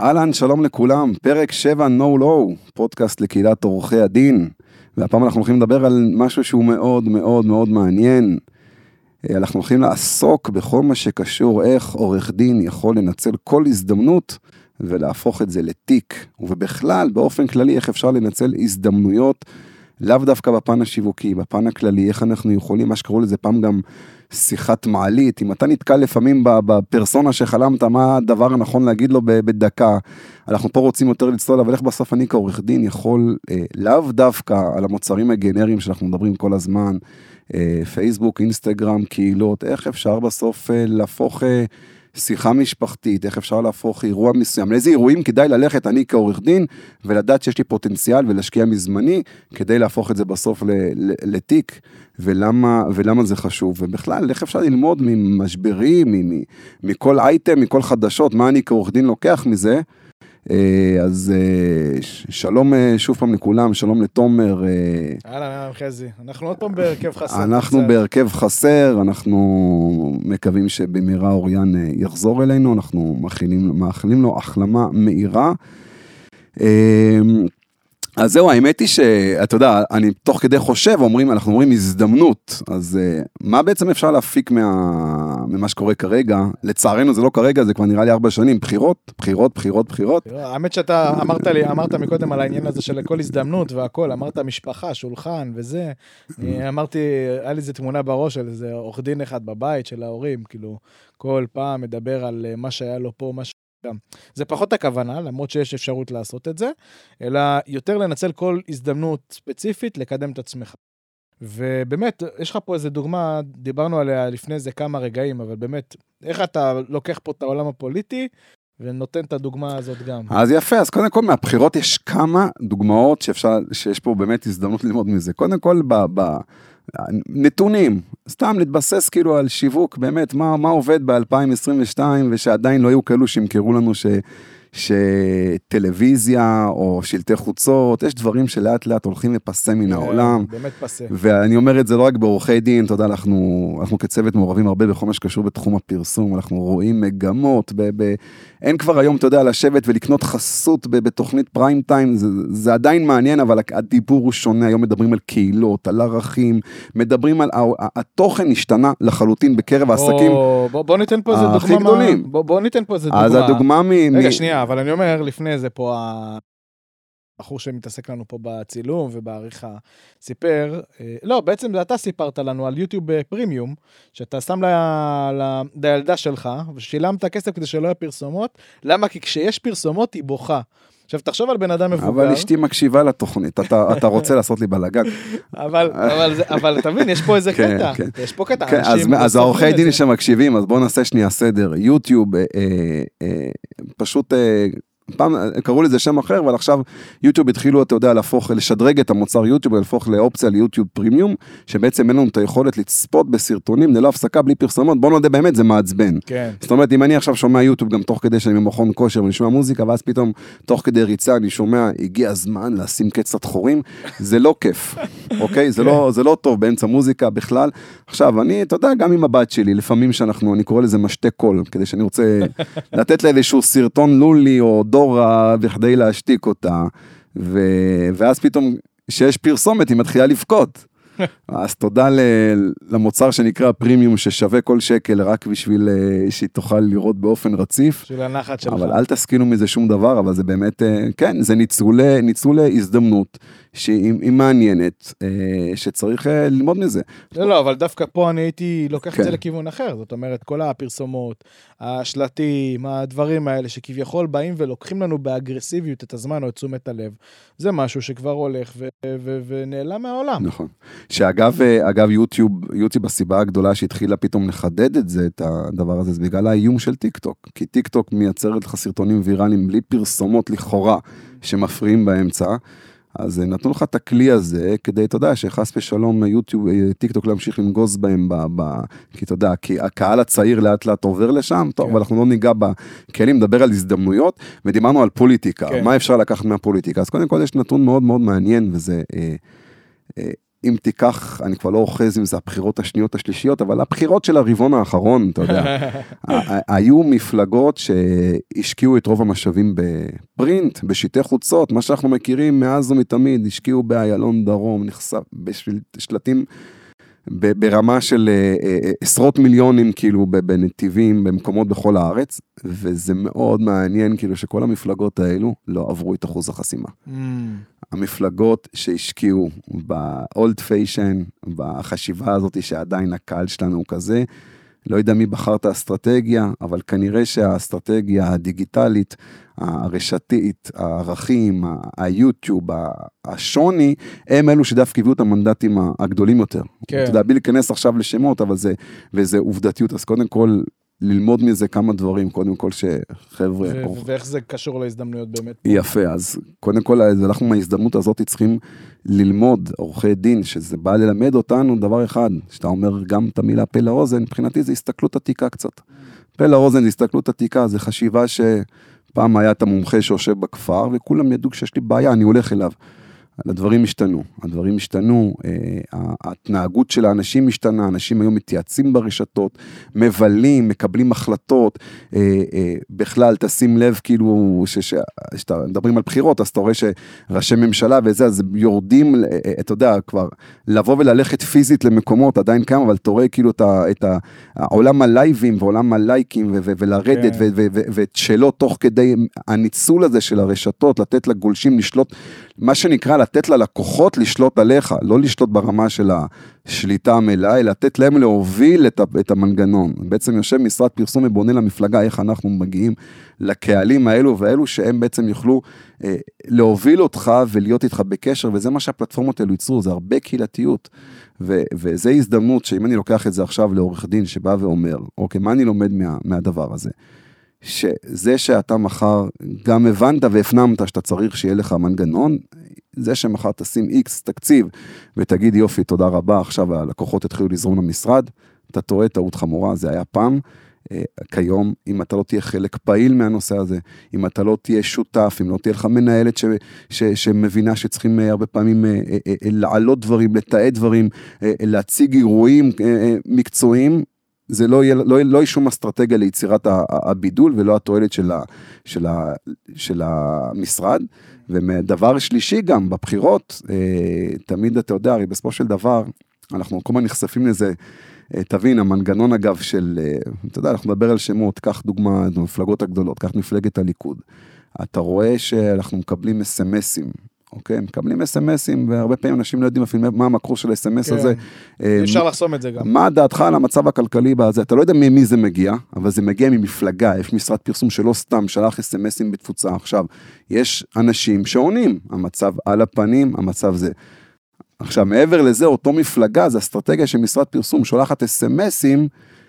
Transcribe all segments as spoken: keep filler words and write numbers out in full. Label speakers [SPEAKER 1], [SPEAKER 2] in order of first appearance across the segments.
[SPEAKER 1] אהלן, שלום לכולם, פרק שבע No Low, פודקאסט לקהילת עורכי הדין, והפעם אנחנו הולכים לדבר על משהו שהוא מאוד מאוד מאוד מעניין. אנחנו הולכים לעסוק בכל מה שקשור איך עורך דין יכול לנצל כל הזדמנות ולהפוך את זה לתיק, ובכלל באופן כללי איך אפשר לנצל הזדמנויות, לאו דווקא בפן השיווקי, בפן הכללי, איך אנחנו יכולים, מה שקראו לזה פעם גם שיחת מעלית, אם אתה נתקל לפעמים בפרסונה שחלמת, מה הדבר הנכון להגיד לו בדקה, אנחנו פה רוצים יותר לצלול, אבל איך בסוף אני כעורך דין יכול, אה, לאו דווקא על המוצרים הגנריים שאנחנו מדברים כל הזמן, אה, פייסבוק, אינסטגרם, קהילות, איך אפשר בסוף אה, להפוך אה, שיחה משפחתית, איך אפשר להפוך אירוע מסוים, לאיזה אירועים כדאי ללכת אני כעורך דין, ולדעת שיש לי פוטנציאל ולהשקיע מזמני, כדי להפוך את זה בסוף לתיק, ולמה, ולמה זה חשוב, ובכלל, איך אפשר ללמוד ממשברים, מכל אייטם, מכל חדשות, מה אני כעורך דין לוקח מזה, אז שלום שוב פעם לכולם, שלום לתומר.
[SPEAKER 2] אהלן, חזי, אנחנו עוד פעם בהרכב חסר.
[SPEAKER 1] אנחנו בהרכב חסר, אנחנו מקווים שבמהרה אוריאן יחזור אלינו, אנחנו מאחלים, מאחלים לו החלמה מהירה. אז זהו, האמת היא שאתה יודע, אני תוך כדי חושב, אומרים, אנחנו אומרים הזדמנות, אז מה בעצם אפשר להפיק מה, ממה שקורה כרגע? לצערנו זה לא כרגע, זה כבר נראה לי ארבע שנים, בחירות, בחירות, בחירות, בחירות.
[SPEAKER 2] האמת שאתה אמרת לי, אמרת מקודם על העניין הזה של כל הזדמנות והכל, אמרת משפחה, שולחן וזה, אמרתי, היה לי איזה תמונה בראש של איזה עורך דין אחד בבית של ההורים, כאילו, כל פעם מדבר על מה שהיה לו פה, מה ש... זה פחות הכוונה, למרות שיש אפשרות לעשות את זה, אלא יותר לנצל כל הזדמנות ספציפית לקדם את עצמך. ובאמת, יש לך פה איזו דוגמה, דיברנו עליה לפני איזה כמה רגעים, אבל באמת, איך אתה לוקח פה את העולם הפוליטי, ונותן את הדוגמה הזאת גם.
[SPEAKER 1] אז יפה, אז קודם כל מהבחירות יש כמה דוגמאות שאפשר, שיש פה באמת הזדמנות ללמוד מזה. קודם כל, ב... ב נתונים, סתם להתבסס כאילו על שיווק, באמת, מה, מה עובד ב-אלפיים עשרים ושתיים, ושעדיין לא היו כאלו שימכרו לנו ש, שטלוויזיה או שלטי חוצות, יש דברים שלאט לאט הולכים לפסה מן העולם.
[SPEAKER 2] באמת פסה.
[SPEAKER 1] ואני אומר את זה לא רק בעורכי דין, אתה יודע, אנחנו, אנחנו כצוות מעורבים הרבה בכל מה שקשור בתחום הפרסום, אנחנו רואים מגמות, ב, ב, אין כבר היום, אתה יודע, לשבת ולקנות חסות ב, בתוכנית פריים טיים, זה, זה עדיין מעניין, אבל הדיבור הוא שונה, היום מדברים על קהילות, על ערכים, מדברים על, התוכן השתנה לחלוטין בקרב העסקים.
[SPEAKER 2] בוא, בוא ניתן פה איזה דוגמה.
[SPEAKER 1] גדולים.
[SPEAKER 2] בוא, בוא ניתן פה איזה דוגמה.
[SPEAKER 1] אז הדוגמה מ...
[SPEAKER 2] רגע, שנייה, אבל אני אומר, לפני זה פה, הבחור שמתעסק לנו פה בצילום ובעריכה, סיפר, לא, בעצם זה אתה סיפרת לנו על יוטיוב פרימיום, שאתה שם לילדה שלך, ושילמת כסף כדי שלא יהיה פרסומות, למה? כי כשיש פרסומות היא בוכה. עכשיו, תחשוב על בן אדם מבוגר.
[SPEAKER 1] אבל אשתי מקשיבה לתוכנית, אתה, אתה רוצה לעשות לי בלגן.
[SPEAKER 2] אבל, אבל, אבל תבין, יש פה איזה קטע, יש פה קטע.
[SPEAKER 1] אז, אז העורכי דין שמקשיבים, אז בואו נעשה שנייה סדר. יוטיוב, אה, אה, פשוט, אה, פעם קראו לזה שם אחר, אבל עכשיו יוטיוב התחילו, אתה יודע, להפוך, לשדרג את המוצר יוטיוב, ולהפוך לאופציה ליוטיוב פרימיום, שבעצם אין לנו את היכולת לצפות בסרטונים, ללא הפסקה, בלי פרסומות, בוא נודה באמת, זה מעצבן.
[SPEAKER 2] כן.
[SPEAKER 1] זאת אומרת, אם אני עכשיו שומע יוטיוב, גם תוך כדי שאני במכון כושר, ואני שומע מוזיקה, ואז פתאום, תוך כדי ריצה, אני שומע, הגיע הזמן לשים קץ לתחורים, זה לא כיף, אוקיי? זה לא, זה לא טוב באמצע מוזיקה בכלל. עכשיו, אני, אתה יודע, גם עם הבת שלי, לפעמים שאנחנו, אני קורא לזה משתה קול, כדי שאני רוצה לתת לה איזשהו סרטון לולי או דורה בכדי להשתיק אותה, ו... ואז פתאום שיש פרסומת היא מתחילה לבכות. אז תודה למוצר שנקרא פרימיום ששווה כל שקל רק בשביל שהיא תוכל לראות באופן רציף.
[SPEAKER 2] של הנחת שלך.
[SPEAKER 1] אבל אל תסכינו מזה שום דבר, אבל זה באמת, כן, זה ניצול, ניצול הזדמנות שהיא מעניינת, שצריך ללמוד מזה.
[SPEAKER 2] לא, לא, אבל דווקא פה אני הייתי לוקח את זה לכיוון אחר, זאת אומרת, כל הפרסומות, השלטים, הדברים האלה שכביכול באים ולוקחים לנו באגרסיביות את הזמן או את תשומת הלב, זה משהו שכבר הולך ונעלם מהעולם.
[SPEAKER 1] נכון. שאגב, אגב, יוטיוב, יוטיוב הסיבה הגדולה שהתחילה פתאום לחדד את זה, את הדבר הזה, זה בגלל האיום של טיק טוק, כי טיק טוק מייצרת לך סרטונים ויראליים בלי פרסומות לכאורה שמפריעים באמצע, אז נתנו לך את הכלי הזה, כדי, אתה יודע, שחס ושלום יוטיוב, טיק טוק להמשיך לנגוז בהם, ב, ב, כי אתה יודע, כי הקהל הצעיר לאט לאט עובר לשם, טוב, אבל אנחנו לא ניגע בכלים, נדבר על הזדמנויות, ודיברנו על פוליטיקה, מה אפשר לקחת מהפוליטיקה, אז קודם כל יש נתון מאוד מאוד מעניין, וזה, אם תיקח, אני כבר לא אוחז אם זה הבחירות השניות השלישיות, אבל הבחירות של הרבעון האחרון, אתה יודע, היו מפלגות שהשקיעו את רוב המשאבים בפרינט, בשיטי חוצות, מה שאנחנו מכירים מאז ומתמיד, השקיעו באיילון דרום, נחשף בשלטים, ברמה של עשרות מיליונים, כאילו, בנתיבים, במקומות בכל הארץ, וזה מאוד מעניין, כאילו, שכל המפלגות האלו לא עברו את אחוז החסימה. המפלגות שהשקיעו באולד פיישן, בחשיבה הזאת שעדיין הקהל שלנו הוא כזה, לא יודע מי בחר את האסטרטגיה, אבל כנראה שהאסטרטגיה הדיגיטלית, הרשתית, הערכים, היוטיוב, השוני, הם אלו שדווקא הביאו את המנדטים הגדולים יותר. כן. אתה יודע, בלי להיכנס עכשיו לשמות, אבל זה, וזה עובדתיות, אז קודם כל, ללמוד מזה כמה דברים, קודם כל שחבר'ה...
[SPEAKER 2] ו- ואיך זה קשור להזדמנויות באמת?
[SPEAKER 1] יפה, אז קודם כל, אנחנו מההזדמנות הזאת צריכים ללמוד עורכי דין, שזה בא ללמד אותנו דבר אחד, שאתה אומר גם את המילה פה לאוזן, מבחינתי זה הסתכלות עתיקה קצת. פה לאוזן זה הסתכלות עתיקה, זה חשיבה שפעם היה את המומחה שיושב בכפר, וכולם ידעו שיש לי בעיה, אני הולך אליו. הדברים השתנו, הדברים השתנו, ההתנהגות של האנשים השתנה, אנשים היום מתייעצים ברשתות, מבלים, מקבלים החלטות, בכלל תשים לב כאילו, שאתה מדברים על בחירות, אז אתה רואה שראשי ממשלה וזה, אז יורדים, אתה יודע, כבר לבוא וללכת פיזית למקומות, עדיין כמה, אבל אתה רואה כאילו את העולם הלייבים ועולם הלייקים ולרדת, ואת שאלות תוך כדי הניצול הזה של הרשתות, לתת לגולשים לשלוט, מה שנקרא לתת ללקוחות לשלוט עליך, לא לשלוט ברמה של השליטה המלאה, אלא לתת להם להוביל את, את המנגנון. בעצם יושב משרד פרסום ובונה למפלגה, איך אנחנו מגיעים לקהלים האלו והאלו, שהם בעצם יוכלו אה, להוביל אותך ולהיות איתך בקשר, וזה מה שהפלטפורמות האלו ייצרו, זה הרבה קהילתיות, ו, וזה הזדמנות שאם אני לוקח את זה עכשיו לעורך דין שבא ואומר, אוקיי, מה אני לומד מה, מהדבר הזה? שזה שאתה מחר גם הבנת והפנמת שאתה צריך שיהיה לך מנגנון, זה שמחר תשים איקס תקציב ותגיד יופי תודה רבה, עכשיו הלקוחות התחילו לזרום למשרד, אתה טועה טעות חמורה, זה היה פעם, כיום אם אתה לא תהיה חלק פעיל מהנושא הזה, אם אתה לא תהיה שותף, אם לא תהיה לך מנהלת ש, ש, שמבינה שצריכים הרבה פעמים לעלות דברים, לתעד דברים, להציג אירועים מקצועיים, זה לא יהיה, לא, לא יהיה שום אסטרטגיה ליצירת הבידול, ולא התועלת של, ה, של, ה, של המשרד, ומדבר שלישי גם, בבחירות, תמיד אתה יודע, הרי בסופו של דבר, אנחנו כל הזמן נחשפים לזה, תבין, המנגנון אגב של, אתה יודע, אנחנו נדבר על שמות, קח דוגמה, המפלגות הגדולות, קח מפלגת הליכוד, אתה רואה שאנחנו מקבלים אס-אמסים, אוקיי, מקבלים אס-אמסים, והרבה פעמים אנשים לא יודעים אפילו מה המקור של האס-אמס הזה.
[SPEAKER 2] אפשר לחסום את זה גם.
[SPEAKER 1] מה דעתך על המצב הכלכלי בזה? אתה לא יודע ממי זה מגיע, אבל זה מגיע ממפלגה, יש משרד פרסום שלא סתם שלח אס-אמסים בתפוצה. עכשיו, יש אנשים שעונים, המצב על הפנים, המצב זה. עכשיו, מעבר לזה, אותו מפלגה, זה אסטרטגיה של משרד פרסום, שולחת אס-אמסים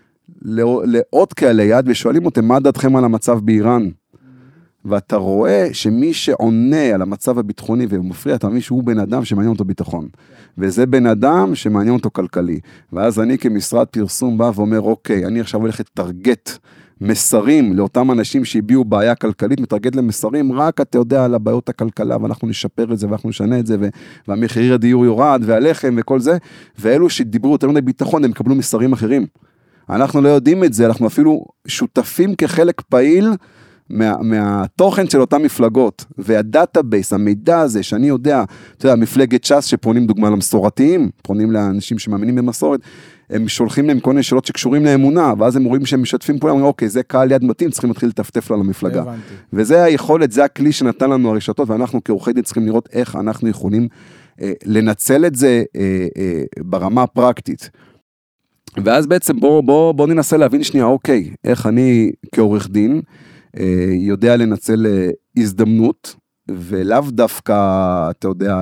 [SPEAKER 1] לעוד כאלה יד, ושואלים אותם, מה דעתכם על המצב באיראן? ואתה רואה שמי שעונה על המצב הביטחוני ומפריע, אתה מבין שהוא בן אדם שמעניין אותו ביטחון. וזה בן אדם שמעניין אותו כלכלי. ואז אני כמשרד פרסום בא ואומר, אוקיי, אני עכשיו הולך לטרגט מסרים לאותם אנשים שהביעו בעיה כלכלית, מטרגט למסרים, רק אתה יודע על הבעיות הכלכלה, ואנחנו נשפר את זה, ואנחנו נשנה את זה, והמחיר הדיור יורד, והלחם וכל זה, ואלו שדיברו יותר מדי ביטחון, הם יקבלו מסרים אחרים. אנחנו לא יודעים את זה, אנחנו אפילו שותפים כחלק פעיל, מה, מהתוכן של אותם מפלגות, והדאטאבייס, המידע הזה, שאני יודע, אתה יודע, מפלגת ש"ס שפונים דוגמה למסורתיים, פונים לאנשים שמאמינים במסורת, הם שולחים להם כל מיני שאלות שקשורים לאמונה, ואז הם רואים שהם משתפים פעולה, אומרים, אוקיי, זה קהל יד מתאים, צריכים להתחיל לטפטף לה למפלגה. הבנתי. וזה היכולת, זה הכלי שנתן לנו הרשתות, ואנחנו כעורכי דין צריכים לראות איך אנחנו יכולים אה, לנצל את זה אה, אה, ברמה הפרקטית. ואז בעצם בוא, בוא, בוא ננסה להבין שנייה, אוקיי, איך אני כעורך דין, יודע לנצל הזדמנות, ולאו דווקא, אתה יודע,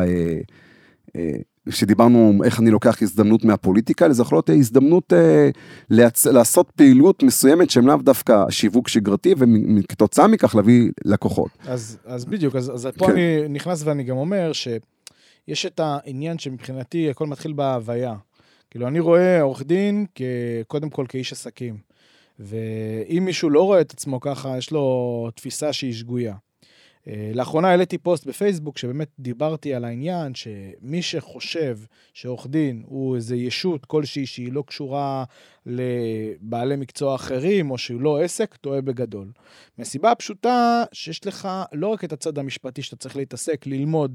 [SPEAKER 1] שדיברנו איך אני לוקח הזדמנות מהפוליטיקה, לזה יכול להיות הזדמנות לעשות פעילות מסוימת, שהם לאו דווקא שיווק שגרתי, וכתוצאה מכך להביא לקוחות.
[SPEAKER 2] אז, אז בדיוק, אז, אז פה כן. אני נכנס ואני גם אומר, שיש את העניין שמבחינתי הכל מתחיל בהוויה. כאילו אני רואה עורך דין, קודם כל כאיש עסקים. ואם מישהו לא רואה את עצמו ככה, יש לו תפיסה שהיא שגויה. לאחרונה העליתי פוסט בפייסבוק שבאמת דיברתי על העניין שמי שחושב שעורך דין הוא איזה ישות כלשהי שהיא לא קשורה לבעלי מקצוע אחרים או שהוא לא עסק, טועה בגדול. מהסיבה הפשוטה שיש לך לא רק את הצד המשפטי שאתה צריך להתעסק, ללמוד,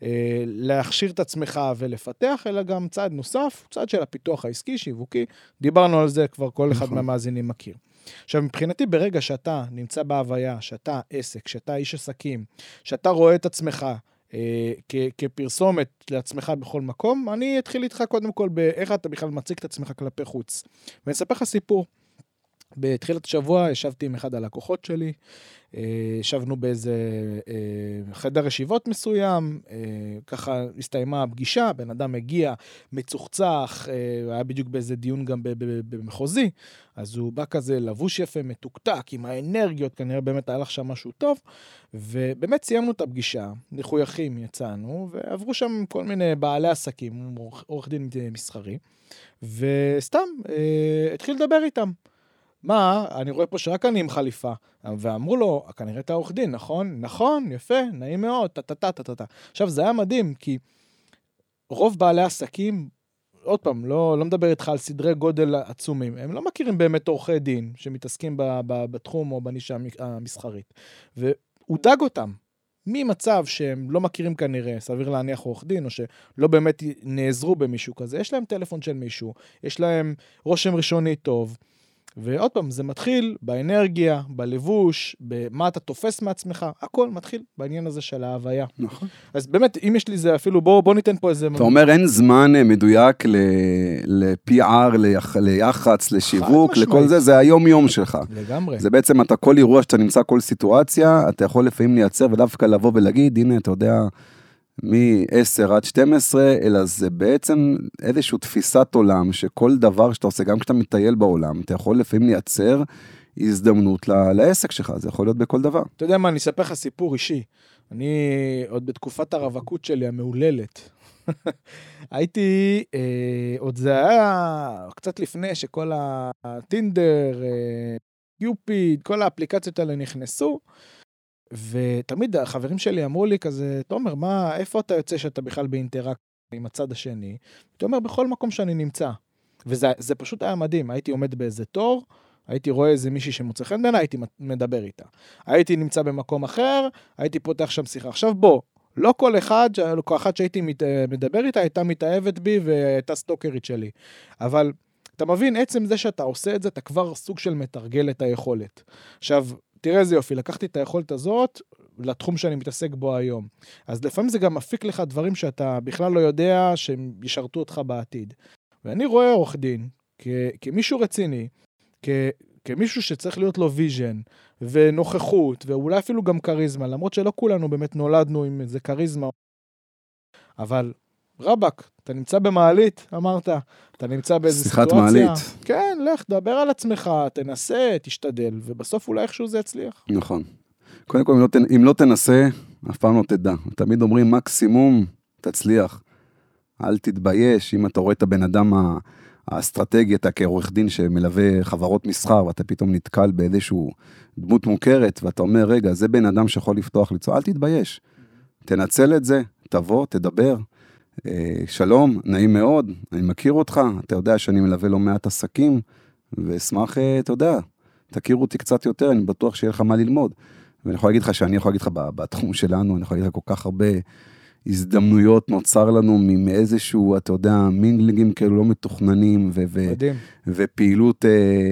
[SPEAKER 2] להכשיר את עצמך ולפתח, אלא גם צד נוסף, צד של הפיתוח העסקי, שיווקי. דיברנו על זה כבר, כל אחד מהמאזינים מכיר. עכשיו, מבחינתי, ברגע שאתה נמצא בהוויה, שאתה עסק, שאתה איש עסקים, שאתה רואה את עצמך אה, כ- כפרסומת לעצמך בכל מקום, אני אתחיל איתך קודם כל באיך אתה בכלל מציג את עצמך כלפי חוץ. ואני אספר לך סיפור. בתחילת השבוע ישבתי עם אחד הלקוחות שלי, ישבנו באיזה חדר ישיבות מסוים, ככה הסתיימה הפגישה, בן אדם הגיע מצוחצח, היה בדיוק באיזה דיון גם במחוזי, אז הוא בא כזה לבוש יפה, מתוקתק, עם האנרגיות, כנראה באמת היה לך שם משהו טוב, ובאמת סיימנו את הפגישה, נחויכים יצאנו, ועברו שם כל מיני בעלי עסקים, עורך דין מסחרי, וסתם התחיל לדבר איתם. מה, אני רואה פה שרק אני עם חליפה, ואמרו לו, כנראה אתה עורך דין, נכון? נכון, יפה, נעים מאוד, טטטטטטט. עכשיו, זה היה מדהים, כי רוב בעלי עסקים, עוד פעם, לא, לא מדבר איתך על סדרי גודל עצומים, הם לא מכירים באמת עורכי דין, שמתעסקים ב, ב, בתחום או בנישה המסחרית. והוא דג אותם, ממצב שהם לא מכירים כנראה, סביר להניח עורך דין, או שלא באמת נעזרו במישהו כזה, יש להם טלפון של מישהו, יש להם רושם ראשוני טוב, ועוד פעם, זה מתחיל באנרגיה, בלבוש, במה אתה תופס מעצמך, הכל מתחיל בעניין הזה של ההוויה.
[SPEAKER 1] נכון.
[SPEAKER 2] אז באמת, אם יש לי זה אפילו, בוא, בוא ניתן פה איזה...
[SPEAKER 1] אתה אומר, אין זמן מדויק ל-פי אר, ליח"צ, לשיווק, לכל זה, זה היום-יום שלך.
[SPEAKER 2] לגמרי.
[SPEAKER 1] זה בעצם, אתה כל אירוע שאתה נמצא, כל סיטואציה, אתה יכול לפעמים לייצר ודווקא לבוא ולהגיד, הנה, אתה יודע, מ-עשר עד שתים עשרה, אלא זה בעצם איזושהי תפיסת עולם, שכל דבר שאתה עושה, גם כשאתה מטייל בעולם, אתה יכול לפעמים לייצר הזדמנות לעסק שלך, זה יכול להיות בכל דבר.
[SPEAKER 2] אתה יודע מה, אני אספר לך סיפור אישי. אני עוד בתקופת הרווקות שלי, המעוללת. הייתי, אה, עוד זה היה קצת לפני שכל הטינדר, אה, קיופיד, כל האפליקציות האלה נכנסו, ותמיד החברים שלי אמרו לי כזה, תומר, מה, איפה אתה יוצא שאתה בכלל באינטראקציה עם הצד השני? אתה אומר, בכל מקום שאני נמצא. וזה זה פשוט היה מדהים, הייתי עומד באיזה תור, הייתי רואה איזה מישהי שמוצא חן בעיניי, הייתי מדבר איתה. הייתי נמצא במקום אחר, הייתי פותח שם שיחה. עכשיו בוא, לא כל אחד, כל אחד שהייתי מדבר איתה, הייתה מתאהבת בי והייתה סטוקרית שלי. אבל אתה מבין, עצם זה שאתה עושה את זה, אתה כבר סוג של מתרגל את היכולת. עכשיו, תראה איזה יופי, לקחתי את היכולת הזאת לתחום שאני מתעסק בו היום. אז לפעמים זה גם מפיק לך דברים שאתה בכלל לא יודע שהם ישרתו אותך בעתיד. ואני רואה עורך דין כ- כמישהו רציני, כ- כמישהו שצריך להיות לו ויז'ן ונוכחות, ואולי אפילו גם קריזמה, למרות שלא כולנו באמת נולדנו עם איזה קריזמה. אבל רבק, אתה נמצא במעלית, אמרת, אתה נמצא באיזו סיטואציה.
[SPEAKER 1] שיחת מעלית.
[SPEAKER 2] כן, לך, דבר על עצמך, תנסה, תשתדל, ובסוף אולי איכשהו זה יצליח.
[SPEAKER 1] נכון. קודם כל, אם לא, אם לא תנסה, אף פעם לא תדע. תמיד אומרים, מקסימום, תצליח. אל תתבייש, אם אתה רואה את הבן אדם האסטרטגי, אתה כעורך דין שמלווה חברות מסחר, ואתה פתאום נתקל באיזשהו דמות מוכרת, ואתה אומר, רגע, זה בן אדם שיכול לפתוח ליצור, אל תתבייש. תנצל את זה, תבוא, תדבר. שלום, נעים מאוד, אני מכיר אותך, אתה יודע שאני מלווה לא מעט עסקים, ואשמח, אתה יודע, תכירו אותי קצת יותר, אני בטוח שיהיה לך מה ללמוד. ואני יכול להגיד לך שאני יכול להגיד לך בתחום שלנו, אני יכול להגיד לך כל כך הרבה הזדמנויות נוצר לנו מאיזשהו, אתה יודע, מינגלינגים כאלו לא מתוכננים, ו- ו- ופעילות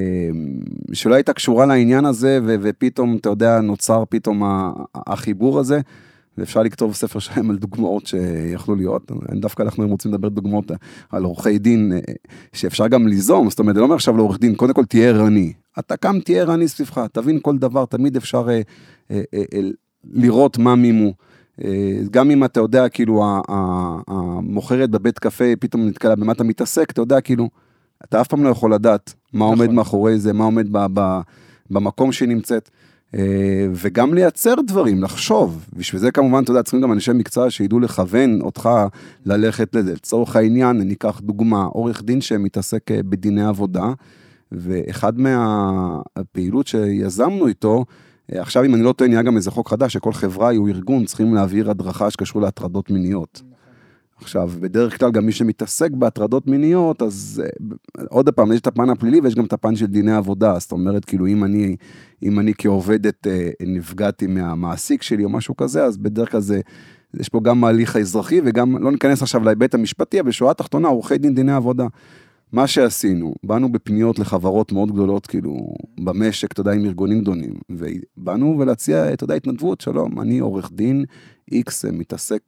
[SPEAKER 1] שלא הייתה קשורה לעניין הזה, ו- ופתאום, אתה יודע, נוצר פתאום החיבור הזה, ואפשר לכתוב ספר שלהם על דוגמאות שיכולו להיות, דווקא אנחנו רוצים לדבר דוגמאות על עורכי דין, שאפשר גם ליזום, זאת אומרת, אני לא אומר עכשיו לעורך דין, קודם כל תהיה ערני, אתה קם תהיה ערני סביבך, תבין כל דבר, תמיד אפשר אה, אה, אה, לראות מה מימו, אה, גם אם אתה יודע, כאילו, המוכרת בבית קפה, פתאום נתקלה במה אתה מתעסק, אתה יודע, כאילו, אתה אף פעם לא יכול לדעת מה נכון. עומד מאחורי זה, מה עומד ב, ב, במקום שהיא נמצאת, וגם לייצר דברים, לחשוב, בשביל זה כמובן, אתה יודע, צריכים גם אנשי מקצוע שידעו לכוון אותך ללכת לזה. לצורך העניין, אני אקח דוגמה, עורך דין שמתעסק בדיני עבודה, ואחד מהפעילות שיזמנו איתו, עכשיו, אם אני לא טוען, יהיה גם איזה חוק חדש, שכל חברה או ארגון צריכים להעביר הדרכה שקשור להטרדות מיניות. עכשיו, בדרך כלל גם מי שמתעסק בהטרדות מיניות, אז עוד פעם, יש את הפן הפלילי ויש גם את הפן של דיני עבודה, זאת אומרת, כאילו, אם אני, אם אני כעובדת נפגעתי מהמעסיק שלי או משהו כזה, אז בדרך כלל זה, יש פה גם ההליך האזרחי, וגם, לא ניכנס עכשיו להיבט המשפטי, אבל בשורה התחתונה, עורכי דין דיני עבודה. מה שעשינו, באנו בפניות לחברות מאוד גדולות, כאילו, במשק, אתה יודע, עם ארגונים גדולים, ובאנו ולהציע, אתה יודע, התנדבות, שלום, אני עורך דין, איקס, מתעסק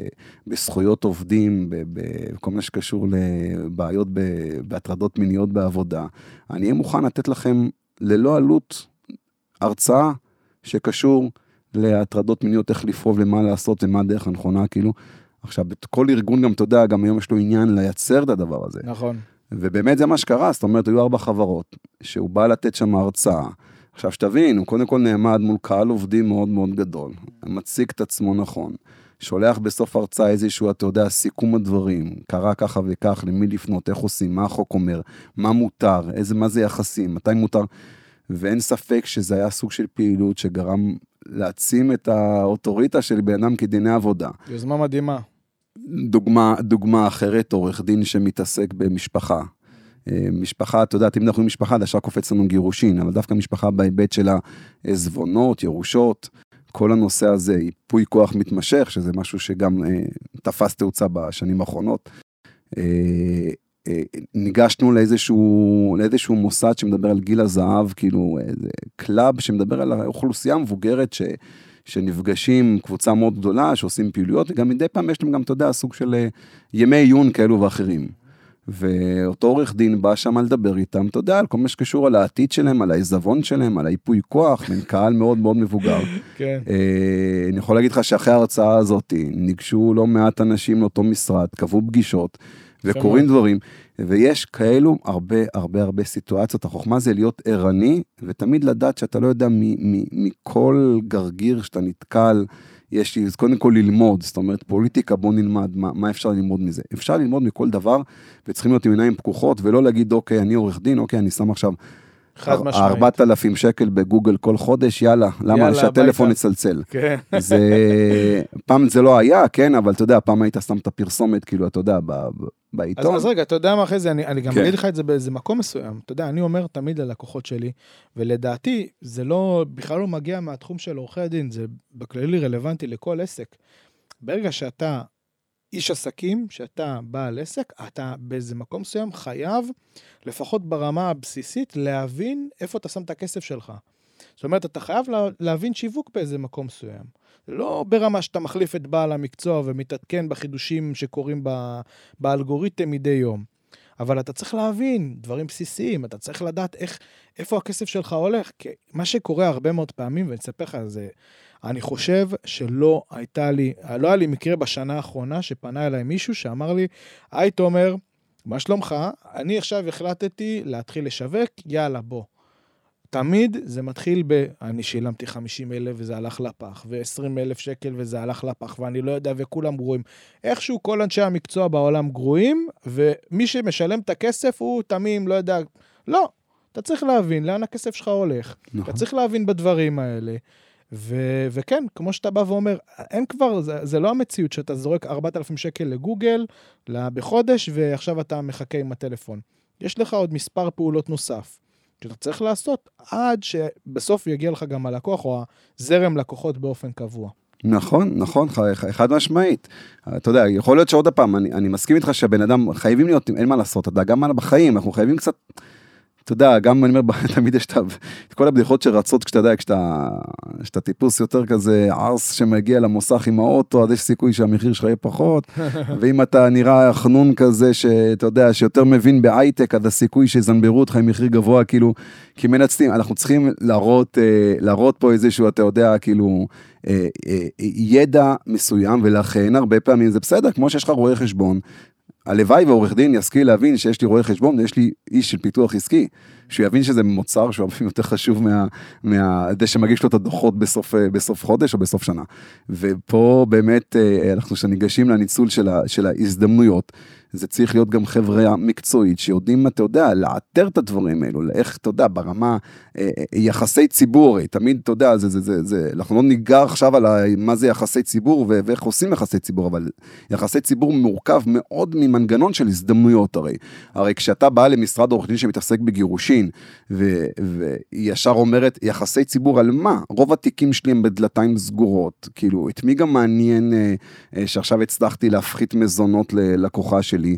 [SPEAKER 1] בזכויות עובדים, בכל מה שקשור לבעיות, בהטרדות מיניות בעבודה, אני אהיה מוכן לתת לכם, ללא עלות, הרצאה שקשור להטרדות מיניות, איך לפרוב, למה לעשות, ומה הדרך הנכונה, כאילו, עכשיו, כל ארגון גם, אתה יודע, גם היום יש לו עניין לייצר את הדבר הזה.
[SPEAKER 2] נכון.
[SPEAKER 1] ובאמת זה מה שקרה, זאת אומרת, היו ארבע חברות, שהוא בא לתת שם הרצאה, עכשיו שתבין, הוא קודם כל נעמד מול קהל עובדים מאוד מאוד גדול, מציג את עצמו נכון, שולח בסוף הרצאה איזשהו, אתה יודע, סיכום הדברים, קרה ככה וכך, למי לפנות, איך עושים, מה החוק אומר, מה מותר, איזה, מה זה יחסים, מתי מותר, ואין ספק שזה היה סוג של פעילות שגרם להעצים את האוטוריטה של בן אדם כדיני עבודה.
[SPEAKER 2] יוזמה מדהימה.
[SPEAKER 1] דוגמה, דוגמה אחרת, עורך דין שמתעסק במשפחה. משפחה, אתה יודע, תמיד אנחנו עם משפחה, דשרה קופץ לנו גירושין, אבל דווקא משפחה בהיבט של הזוונות, ירושות, כל הנושא הזה, ייפוי כוח מתמשך, שזה משהו שגם אה, תפס תאוצה בשנים האחרונות. אה, אה, ניגשנו לאיזשהו, לאיזשהו מוסד שמדבר על גיל הזהב, כאילו איזה קלאב שמדבר על האוכלוסייה המבוגרת ש... שנפגשים קבוצה מאוד גדולה, שעושים פעילויות, וגם מדי פעם יש להם גם, אתה יודע, סוג של ימי עיון כאלו ואחרים. ואותו עורך דין בא שם לדבר איתם, אתה יודע, על כל מה שקשור על העתיד שלהם, על העזבון שלהם, על היפוי כוח, בין קהל מאוד מאוד מבוגר.
[SPEAKER 2] כן.
[SPEAKER 1] אני יכול להגיד לך שאחרי ההרצאה הזאת, ניגשו לא מעט אנשים לאותו משרד, קבעו פגישות, וקוראים דברים, ויש כאלו הרבה הרבה הרבה סיטואציות, החוכמה זה להיות ערני, ותמיד לדעת שאתה לא יודע מכל גרגיר שאתה נתקל, יש לי, קודם כל ללמוד, זאת אומרת, פוליטיקה, בוא נלמד, מה, מה אפשר ללמוד מזה? אפשר ללמוד מכל דבר, וצריכים להיות עם עיניים פקוחות, ולא להגיד, אוקיי, אני עורך דין, אוקיי, אני שם עכשיו ארבעת אלפים שקל בגוגל כל חודש, יאללה, למה שהטלפון יצלצל?
[SPEAKER 2] כן.
[SPEAKER 1] זה, פעם זה לא היה, כן, אבל אתה יודע, פעם היית שם את הפרסומת, כאילו, אתה יודע, בעיתון.
[SPEAKER 2] אז, אז רגע, אתה יודע מה אחרי זה, אני, אני גם אגיד לך את זה באיזה מקום מסוים, אתה יודע, אני אומר תמיד ללקוחות שלי, ולדעתי, זה לא, בכלל לא מגיע מהתחום של עורכי הדין, זה בכללי רלוונטי לכל עסק. ברגע שאתה איש עסקים, שאתה בעל עסק, אתה באיזה מקום מסוים חייב, לפחות ברמה הבסיסית, להבין איפה אתה שם את הכסף שלך. זאת אומרת, אתה חייב להבין שיווק באיזה מקום מסוים. לא ברמה שאתה מחליף את בעל המקצוע ומתעדכן בחידושים שקורים באלגוריתם מדי יום. אבל אתה צריך להבין דברים בסיסיים, אתה צריך לדעת איך, איפה הכסף שלך הולך. כי מה שקורה הרבה מאוד פעמים, ואני אספר לך, זה, אני חושב שלא הייתה לי, לא היה לי מקרה בשנה האחרונה שפנה אליי מישהו שאמר לי, היי תומר, מה שלומך? אני עכשיו החלטתי להתחיל לשווק, יאללה בוא. תמיד זה מתחיל ב, אני שילמתי חמישים אלף וזה הלך לפח, ו-עשרים אלף שקל וזה הלך לפח, ואני לא יודע, וכולם גרועים. איכשהו כל אנשי המקצוע בעולם גרועים, ומי שמשלם את הכסף הוא תמים, לא יודע, לא, אתה צריך להבין לאן הכסף שלך הולך. נכון. אתה צריך להבין בדברים האלה. ו- וכן, כמו שאתה בא ואומר, אין כבר, זה, זה לא המציאות שאתה זורק ארבעת אלפים שקל לגוגל בחודש, ועכשיו אתה מחכה עם הטלפון. יש לך עוד מספר פעולות נוסף. שאתה צריך לעשות עד שבסוף יגיע לך גם הלקוח או הזרם לקוחות באופן קבוע.
[SPEAKER 1] נכון, נכון, אחד משמעית. אתה יודע, יכול להיות שעוד הפעם, אני, אני מסכים איתך שהבן אדם חייבים להיות, אין מה לעשות, אתה יודע, גם בחיים, אנחנו חייבים קצת, אתה יודע, גם אני אומר, תמיד יש את כל הבדיחות שרצות, כשאתה יודע, כשאתה, כשאתה טיפוס יותר כזה ערס שמגיע למוסך עם האוטו, אז יש סיכוי שהמחיר שלך יהיה פחות, ואם אתה נראה חנון כזה, שאתה יודע, שיותר מבין בהייטק, אז הסיכוי שזנברו אותך עם מחיר גבוה, כאילו, כי מנצלים, אנחנו צריכים להראות, להראות פה איזשהו, אתה יודע, כאילו, ידע מסוים, ולכן הרבה פעמים זה בסדר, כמו שיש לך רואה חשבון, הלוואי ועורך דין ישכיל להבין שיש לי רואה חשבון, ויש לי איש של פיתוח עסקי, שהוא יבין שזה מוצר שהוא הרבה יותר חשוב מה, מה, זה שמגיש לו את הדוחות בסוף, בסוף חודש או בסוף שנה. ופה באמת אנחנו שניגשים לניצול של, ה, של ההזדמנויות, זה צריך להיות גם חברה מקצועית, שיודעים, אתה יודע, לאתר את הדברים האלו, איך, אתה יודע, ברמה, אה, יחסי ציבור, תמיד, אתה יודע, זה, זה, זה, זה, אנחנו לא ניגע עכשיו על מה זה יחסי ציבור, ו- ואיך עושים יחסי ציבור, אבל יחסי ציבור מורכב מאוד ממנגנון של הזדמנויות, הרי. הרי כשאתה בא למשרד עורך דין שמתעסק בגירושין, ו- וישר אומרת, יחסי ציבור על מה? רוב התיקים שלי הם בדלתיים סגורות, כאילו, את מי גם מעניין אה, אה, שעכשיו הצלחתי להפחית מזונות ללקוחה שלי,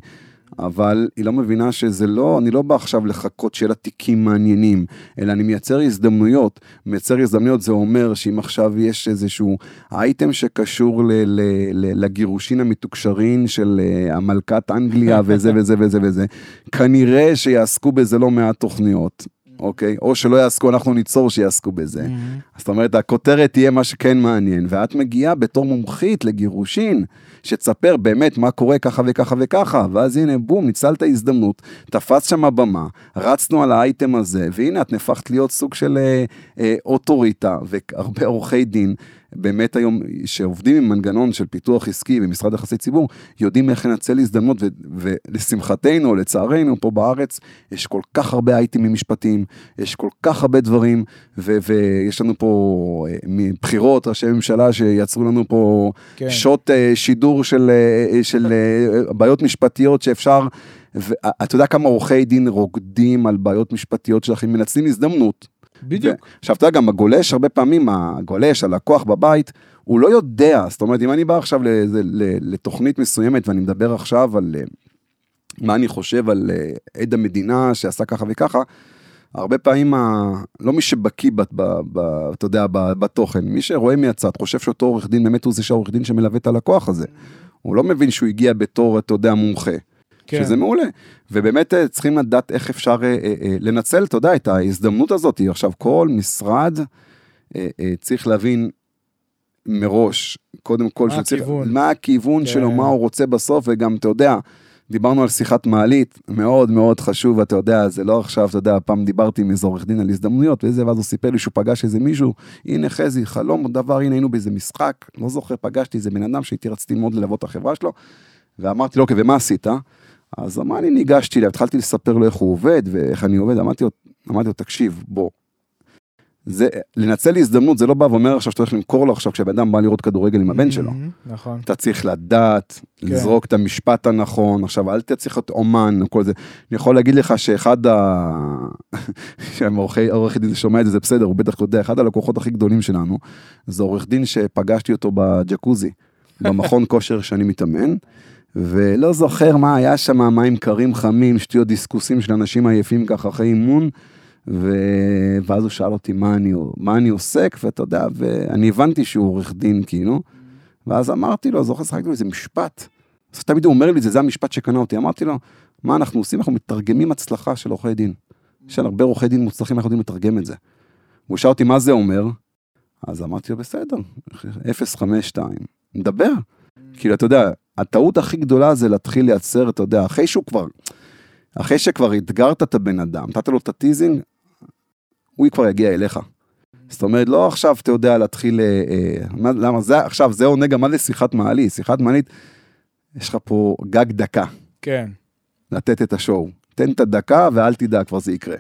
[SPEAKER 1] אבל היא לא מבינה שזה לא, אני לא בא עכשיו לחכות שיהיה לה תיקים מעניינים, אלא אני מייצר הזדמנויות. מייצר הזדמנויות זה אומר שאם עכשיו יש איזשהו אייטם שקשור ל, ל, ל, לגירושין המתוקשרים של המלכת אנגליה וזה וזה וזה וזה, כנראה שיעסקו בזה לא מעט תוכניות. אוקיי? או שלא יעסקו, אנחנו ניצור שיעסקו בזה. אז זאת אומרת, הכותרת תהיה מה שכן מעניין, ואת מגיעה בתור מומחית לגירושין, שתספר באמת מה קורה ככה וככה וככה, ואז הנה, בום, ניצלת הזדמנות, תפס שם הבמה, רצנו על האייטם הזה, והנה, את נפחת להיות סוג של אה, אה, אוטוריטה, והרבה עורכי דין, באמת היום, שעובדים עם מנגנון של פיתוח עסקי במשרד יחסי ציבור, יודעים איך לנצל הזדמנות, ו- ולשמחתנו, לצערנו, פה בארץ, יש כל כך הרבה אייטמים משפטיים, יש כל כך הרבה דברים, ו- ויש לנו פה מבחירות, ראשי ממשלה, שיצרו לנו פה כן. שוט שידור של, של בעיות משפטיות שאפשר, ואתה יודע כמה עורכי דין רוקדים על בעיות משפטיות שלכם, מנצלים הזדמנות,
[SPEAKER 2] בדיוק.
[SPEAKER 1] עכשיו, אתה יודע, גם הגולש, הרבה פעמים, הגולש, הלקוח בבית, הוא לא יודע, זאת אומרת, אם אני בא עכשיו לתוכנית מסוימת, ואני מדבר עכשיו על מה אני חושב על עד המדינה, שעשה ככה וככה, הרבה פעמים, לא מי שבקיא, אתה יודע, בתוכן, מי שרואה מהצד, חושב שאותו עורך דין, באמת הוא זה שהעורך דין שמלווה את הלקוח הזה. הוא לא מבין שהוא הגיע בתור, אתה יודע, מומחה. כן. שזה מעולה, ובאמת צריכים לדעת איך אפשר אה, אה, לנצל, אתה יודע, את ההזדמנות הזאת. עכשיו, כל משרד אה, אה, צריך להבין מראש, קודם כל,
[SPEAKER 2] מה
[SPEAKER 1] שצריך,
[SPEAKER 2] הכיוון,
[SPEAKER 1] מה הכיוון כן. שלו, מה הוא רוצה בסוף, וגם, אתה יודע, דיברנו על שיחת מעלית, מאוד מאוד חשוב, אתה יודע, זה לא עכשיו, אתה יודע, פעם דיברתי עם איזה עורך דין על הזדמנויות, וזה, ואז הוא סיפר לי שהוא פגש איזה מישהו, הנה חזי, חלום, דבר, הנה היינו באיזה משחק, לא זוכר, פגשתי איזה בן אדם שהייתי רציתי מאוד ללוות את החברה שלו, ואמרתי לו, אוקיי, ומה עשית? אז אמר לי, ניגשתי לה, התחלתי לספר לו איך הוא עובד, ואיך אני עובד, אמרתי לו, אמרתי לו, תקשיב, בוא, זה, לנצל לי הזדמנות, זה לא בא ואומר עכשיו, שאתה הולך למכור לו עכשיו, כשהבן אדם בא לראות כדורגל עם הבן שלו.
[SPEAKER 2] נכון.
[SPEAKER 1] אתה צריך לדעת, לזרוק את המשפט הנכון, עכשיו, אל תצריך להיות אומן, כל זה. אני יכול להגיד לך שאחד ה... עורך דין שומע את זה, זה בסדר, הוא בטח יודע, אחד הלקוחות הכי גדולים שלנו, זה עורך דין שפגשתי אותו בג'קוזי, במכון כושר שאני מתאמן, ולא זוכר מה היה שם, מים קרים חמים, שטויות דיסקוסים של אנשים עייפים ככה אחרי אימון, ו... ואז הוא שאל אותי מה אני, מה אני עוסק, ואתה יודע, ואני הבנתי שהוא עורך דין כאילו, ואז אמרתי לו, זוכר, שחקתי לו איזה משפט, אז תמיד הוא אומר לי, זה, זה המשפט שקנה אותי, אמרתי לו, מה אנחנו עושים? אנחנו מתרגמים הצלחה של עורכי דין, יש הרבה עורכי דין מוצלחים, אנחנו יודעים לתרגם את זה. הוא שאל אותי, מה זה אומר? אז אמרתי לו, בסדר, אפס חמש שתיים, נדבר, כאילו, אתה יודע, הטעות הכי גדולה זה להתחיל לייצר, אתה יודע, אחרי שהוא כבר, אחרי שכבר התגרת את הבן אדם, נתת לו את הטיזינג, הוא כבר יגיע אליך. זאת אומרת, לא עכשיו, אתה יודע, להתחיל, אה, למה זה, עכשיו, זה עונה גם מה זה שיחת מעלית, שיחת מעלית, יש לך פה גג דקה.
[SPEAKER 2] כן.
[SPEAKER 1] לתת את השואו. תן את הדקה ואל תדע, כבר זה יקרה.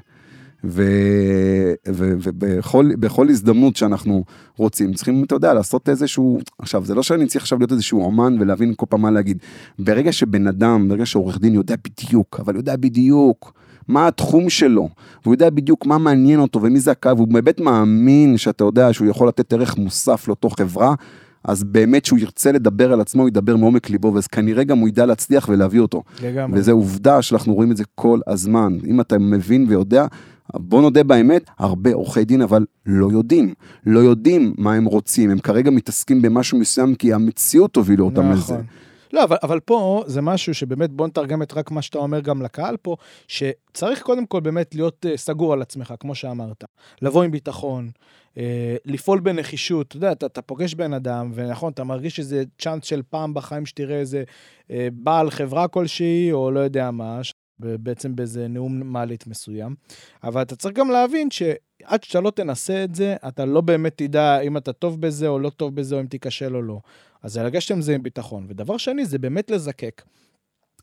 [SPEAKER 1] ובכל הזדמנות שאנחנו רוצים, צריכים, אתה יודע, לעשות איזשהו, עכשיו, זה לא שאני צריך עכשיו להיות איזשהו אומן ולהבין כל פעם מה להגיד. ברגע שבן אדם, ברגע שעורך דין יודע בדיוק, אבל יודע בדיוק מה התחום שלו, והוא יודע בדיוק מה מעניין אותו ומי זה הקו, והוא באמת מאמין שאתה יודע שהוא יכול לתת ערך מוסף לאותו חברה, אז באמת שהוא ירצה לדבר על עצמו, הוא ידבר מעומק ליבו, ואז כנראה גם הוא ידע להצליח ולהביא אותו. לגמרי. וזה עובדה שאנחנו רואים את זה כל הזמן. אם אתה מבין ויודע, בוא נודה באמת, הרבה עורכי דין, אבל לא יודעים. לא יודעים מה הם רוצים. הם כרגע מתעסקים במשהו מסוים, כי המציאות הובילו אותם לזה.
[SPEAKER 2] נכון. לא, אבל, אבל פה זה משהו שבאמת בוא נתרגם את רק מה שאתה אומר גם לקהל פה, שצריך קודם כל באמת להיות uh, סגור על עצמך, כמו שאמרת. לבוא עם ביטחון, uh, לפעול בנחישות. אתה יודע, אתה, אתה פוגש בן אדם, ונכון, אתה מרגיש איזה צ'אנס של פעם בחיים שתראה איזה uh, בעל חברה כלשהי, או לא יודע מה, בעצם באיזה נאום מעלית מסוים. אבל אתה צריך גם להבין שעד שאתה לא תנסה את זה, אתה לא באמת תדע אם אתה טוב בזה או לא טוב בזה, או אם תיכשל או לא. אז לגשת עם זה עם ביטחון. ודבר שני, זה באמת לזקק.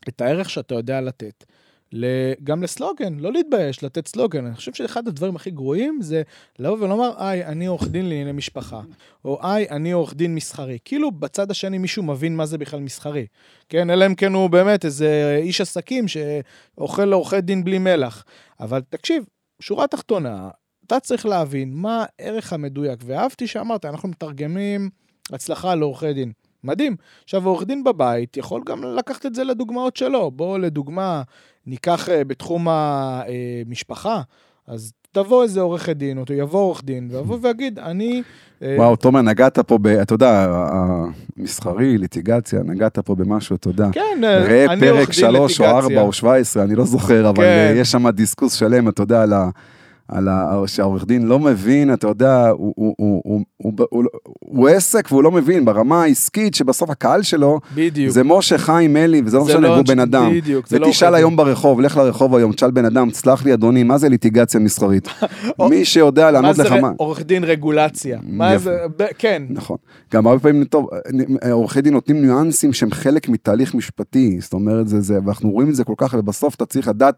[SPEAKER 2] את הערך שאתה יודע לתת. גם לסלוגן, לא להתבייש, לתת סלוגן. אני חושב שאחד הדברים הכי גרועים זה לבוא ולומר, איי, אני עורך דין לענייני משפחה, או איי, אני עורך דין מסחרי. כאילו בצד השני מישהו מבין מה זה בכלל מסחרי. כן, אלא אם כן הוא באמת איזה איש עסקים שאוכל לעורכי דין בלי מלח. אבל תקשיב, שורה תחתונה, אתה צריך להבין מה הערך המדויק, ואהבתי שאמרת, אנחנו מתרגמים הצלחה לעורכי דין. מדהים. עכשיו, עורך דין בבית יכול גם לקחת את זה לדוגמאות שלו. בוא לדוגמה, ניקח בתחום המשפחה, אז תבוא איזה עורך דין, או יבוא עורך דין, ויבוא ויגיד, אני...
[SPEAKER 1] וואו, תומר, נגעת פה ב... אתה יודע, המסחרי, ליטיגציה, נגעת פה במשהו, אתה יודע.
[SPEAKER 2] כן,
[SPEAKER 1] ראה פרק שלוש או ארבע או שבע עשרה, אני לא זוכר, אבל יש שם דיסקוס שלם, אתה יודע, על ה... על שהעורך דין לא מבין, אתה יודע, הוא, הוא, הוא, הוא, הוא, הוא, הוא עסק והוא לא מבין, ברמה העסקית שבסוף הקהל שלו, בדיוק. זה משה חיים אלי, וזה לא משנה, הוא בן אדם. בדיוק, ותשאל לא היום ברחוב, לך לרחוב היום, תשאל בן אדם, תסלח לי אדוני, מה זה ליטיגציה מסחרית? מי שיודע לענות לך מה.
[SPEAKER 2] מה זה עורך דין רגולציה? מה זה, כן.
[SPEAKER 1] נכון. גם הרבה פעמים, טוב, עורכי דין נותנים ניואנסים שהם חלק מתהליך משפטי, זאת אומרת, זה, זה, ואנחנו רואים את זה כל כך, ובסוף אתה צריך לדעת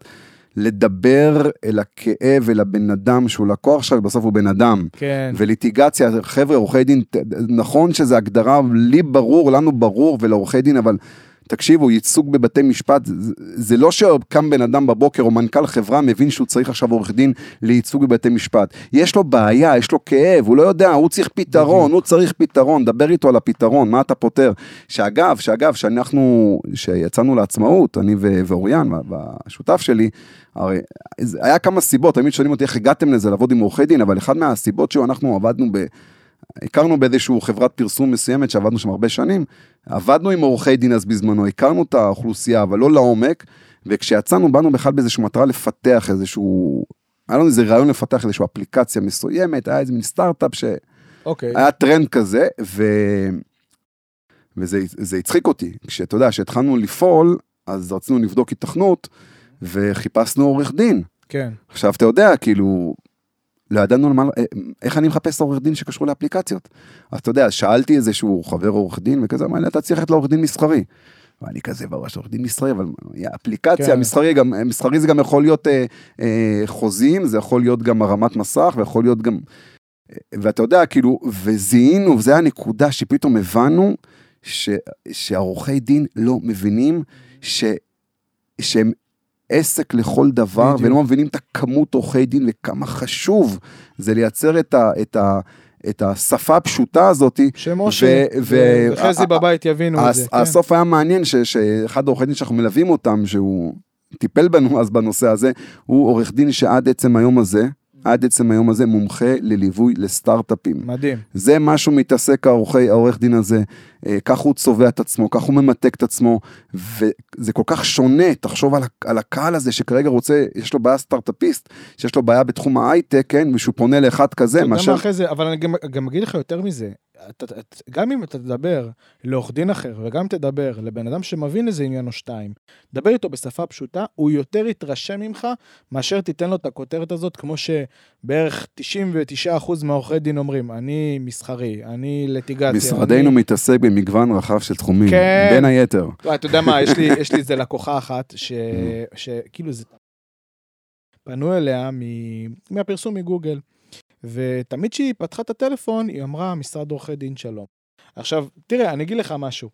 [SPEAKER 1] לדבר אל הכאב, אל הבן אדם, שהוא לקוח עכשיו, ובסוף הוא בן אדם.
[SPEAKER 2] כן.
[SPEAKER 1] וליטיגציה, חבר'ה, עורכי דין, נכון שזה הגדרה, לי ברור, לנו ברור, ולעורכי דין, אבל תקשיבו, ייצוג בבתי משפט, זה, זה לא שקם בן אדם בבוקר, או מנכ"ל חברה, מבין שהוא צריך עכשיו עורך דין לייצוג בבתי משפט. יש לו בעיה, יש לו כאב, הוא לא יודע, הוא צריך פתרון, הוא צריך פתרון, דבר איתו על הפתרון, מה אתה פותר. שאגב, שאגב, שאנחנו, שיצאנו לעצמאות, אני ואוריאן, והשותף שלי, הרי, היה כמה סיבות, תמיד שואלים אותי איך הגעתם לזה, לעבוד עם עורכי דין, אבל אחד מהסיבות שאנחנו עבדנו ב... הכרנו באיזשהו חברת פרסום מסוימת שעבדנו שם הרבה שנים, עבדנו עם עורכי דין אז בזמנו, הכרנו את האוכלוסייה, אבל לא לעומק, וכשיצאנו באנו בכלל באיזשהו מטרה לפתח איזשהו, היה לנו איזה רעיון לפתח איזשהו אפליקציה מסוימת, היה איזה מין סטארט-אפ שהיה okay. טרנד כזה, ו... וזה זה הצחיק אותי, כשאתה יודע, כשהתחלנו לפעול, אז רצינו לבדוק התכנות, וחיפשנו עורך דין.
[SPEAKER 2] כן.
[SPEAKER 1] עכשיו אתה יודע, כאילו... לא ידענו למה, איך אני מחפש עורך דין שקשור לאפליקציות. אז אתה יודע, שאלתי איזשהו חבר עורך דין, וכזה, אמר לי, אתה צריך את לעורך דין מסחרי. ואני כזה, בראש עורך דין מסחרי, אבל אפליקציה, מסחרי, גם, מסחרי זה גם יכול להיות אה, אה, חוזים, זה יכול להיות גם הרמת מסך, ויכול להיות גם, ואתה יודע, כאילו, וזיהינו, וזו היה הנקודה שפתאום הבנו, ש, שהעורכי דין לא מבינים, ש, שהם, עסק לכל דבר, בדיוק. ולא מבינים את הכמות עורכי דין, וכמה חשוב זה לייצר את, ה, את, ה, את השפה הפשוטה הזאת.
[SPEAKER 2] שמשה, וחזי בבית יבינו את זה.
[SPEAKER 1] הסוף היה מעניין, ש, שאחד העורכי דין שאנחנו מלווים אותם, שהוא טיפל בנו אז בנושא הזה, הוא עורך דין שעד עצם היום הזה, עד עצם היום הזה מומחה לליווי לסטארט-אפים.
[SPEAKER 2] מדהים.
[SPEAKER 1] זה משהו מתעסק העורכי, העורך דין הזה, כך הוא צובע את עצמו, כך הוא ממתק את עצמו, וזה כל כך שונה, תחשוב על, על הקהל הזה שכרגע רוצה, יש לו בעיה סטארט-אפיסט, שיש לו בעיה בתחום ההייטק, כן, ושהוא פונה לאחד כזה,
[SPEAKER 2] מאשר... זה, אבל אני גם, גם אגיד לך יותר מזה, את, את, גם אם אתה תדבר לעורך דין אחר, וגם תדבר לבן אדם שמבין איזה עניין או שתיים, דבר איתו בשפה פשוטה, הוא יותר יתרשם ממך, מאשר תיתן לו את הכותרת הזאת, כמו שבערך תשעים ותשעה אחוז מהעורכי דין אומרים, אני מסחרי, אני ליטיגציה.
[SPEAKER 1] משרדנו אני... מתעסק במגוון רחב של תחומים, כן. בין היתר.
[SPEAKER 2] אתה יודע מה, יש לי, יש לי איזה לקוחה אחת, ש, שכאילו זה... פנו אליה מהפרסום מגוגל, ותמיד שהיא פתחה את הטלפון, היא אמרה, משרד עורכי דין שלום. עכשיו, תראה, אני אגיד לך משהו.